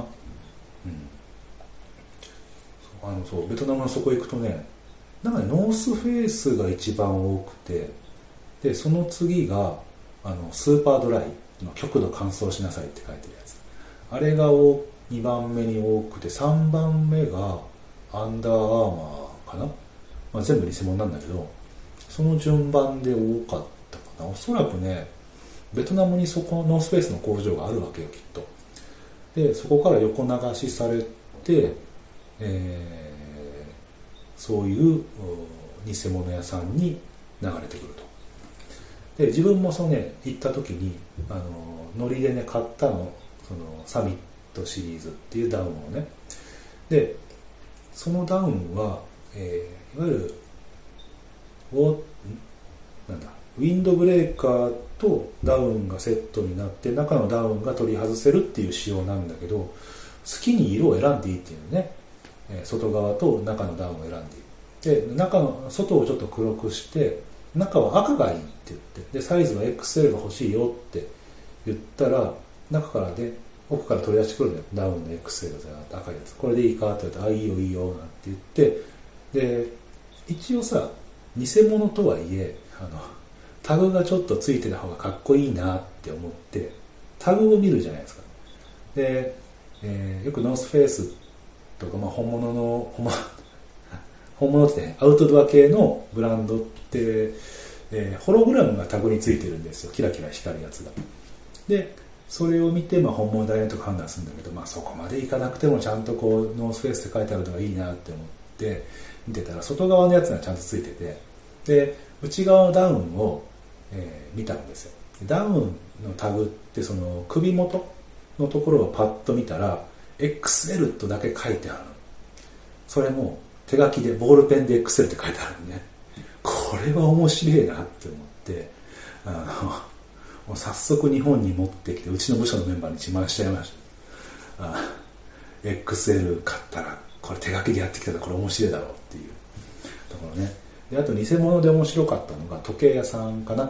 そうベトナムのそこ行くとね、なんかね、ノースフェイスが一番多くて、でその次がスーパードライの極度乾燥しなさいって書いてるやつ、あれが2番目に多くて、3番目がアンダーアーマーかな、まあ、全部偽物なんだけど、その順番で多かったかな。おそらくね、ベトナムにそこのノースフェイスの工場があるわけよ、きっと。でそこから横流しされて、そういう偽物屋さんに流れてくると。で自分も行った時にノリでね買ったの、そのサミットシリーズっていうダウンをね。でそのダウンは、いわゆるウィンドブレーカーとダウンがセットになって、中のダウンが取り外せるっていう仕様なんだけど、好きに色を選んでいいっていうね、外側と中のダウンを選んでいい。で外をちょっと黒くして、中は赤がいいって言って、でサイズは XL が欲しいよって言ったら、中からで奥から取り出してくるんだよ、ダウンの XL じゃなくて赤いやつ。これでいいかって言って、あ、いいよいいよなんて言って、で一応さ、偽物とはいえタグがちょっとついてた方がかっこいいなって思ってタグを見るじゃないですか。で、よくノースフェイスとか、まあ、本物ってね、アウトドア系のブランドって、ホログラムがタグについてるんですよ、キラキラ光るやつが。でそれを見て、まあ、本物だねとか判断するんだけど、まあ、そこまでいかなくてもちゃんとこうノースフェイスって書いてあるのがいいなって思って見てたら、外側のやつがちゃんとついてて、で内側のダウンを、見たんですよ。ダウンのタグってその首元のところをパッと見たら XL とだけ書いてある。それも手書きでボールペンで XL って書いてあるんで、ね、これは面白いなって思って、もう早速日本に持ってきて、うちの部署のメンバーに自慢しちゃいました。XL 買ったらこれ手書きでやってきたらこれ面白いだろうっていうところね。であと偽物で面白かったのが時計屋さんかな。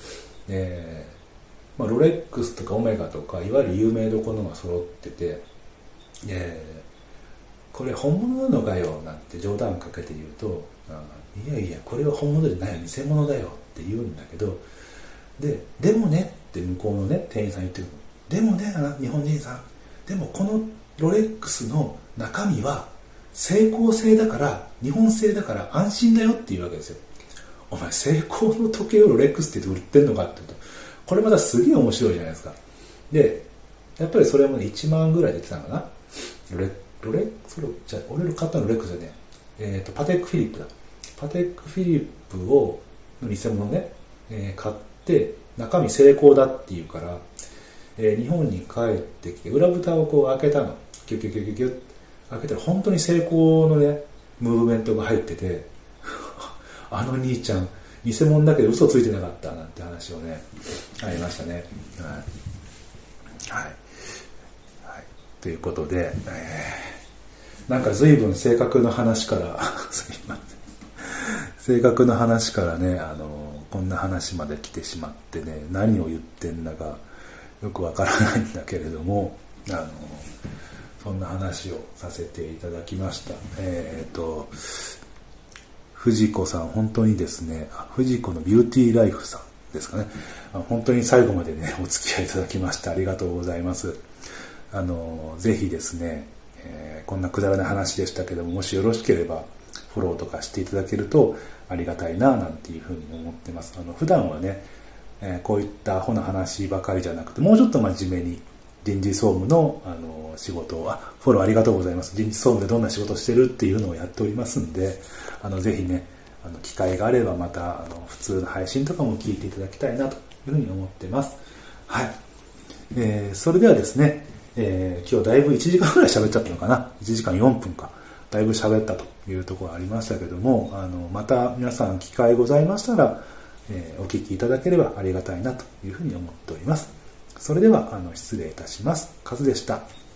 まあ、ロレックスとかオメガとかいわゆる有名どころが揃ってて、これ本物なのかよなんて冗談かけて言うと、いやいやこれは本物じゃないよ、偽物だよって言うんだけど、でもねって向こうのね店員さん言ってるの。でもね日本人さん、でもこのロレックスの中身は成功製だから、日本製だから安心だよっていうわけですよ。お前成功の時計をロレックスって言って売ってんのかって言うと、これまたすげえ面白いじゃないですか。でやっぱりそれもね1万ぐらいで言ってたのかな。俺の買ったのロレックスでね、パテックフィリップだ。パテックフィリップを偽物ね、買って中身成功だっていうから、日本に帰ってきて裏蓋をこう開けたの。キュッキュッキュッキュッ開けたら本当に成功のねムーブメントが入っててあの兄ちゃん偽物だけど嘘ついてなかったなんて話をねありましたね。はい、ということで、なんか随分性格の話からすいません、性格の話からねこんな話まで来てしまってね、何を言ってんだかよくわからないんだけれども、そんな話をさせていただきました。藤子さん本当にですね、藤子のビューティーライフさんですかね、本当に最後までねお付き合いいただきましてありがとうございます。ぜひですね、こんなくだらない話でしたけども、もしよろしければフォローとかしていただけるとありがたいななんていうふうに思ってます。普段はね、こういったアホな話ばかりじゃなくて、もうちょっと真面目に人事総務の、仕事をフォローありがとうございます。人事総務でどんな仕事をしてるっていうのをやっておりますんで、ぜひね機会があればまた普通の配信とかも聞いていただきたいなというふうに思ってます。はい、それではですね、今日だいぶ1時間ぐらい喋っちゃったのかな。1時間4分か、だいぶ喋ったというところがありましたけども、また皆さん機会ございましたら、 お聞きいただければありがたいなというふうに思っております。それでは失礼いたします。カズでした。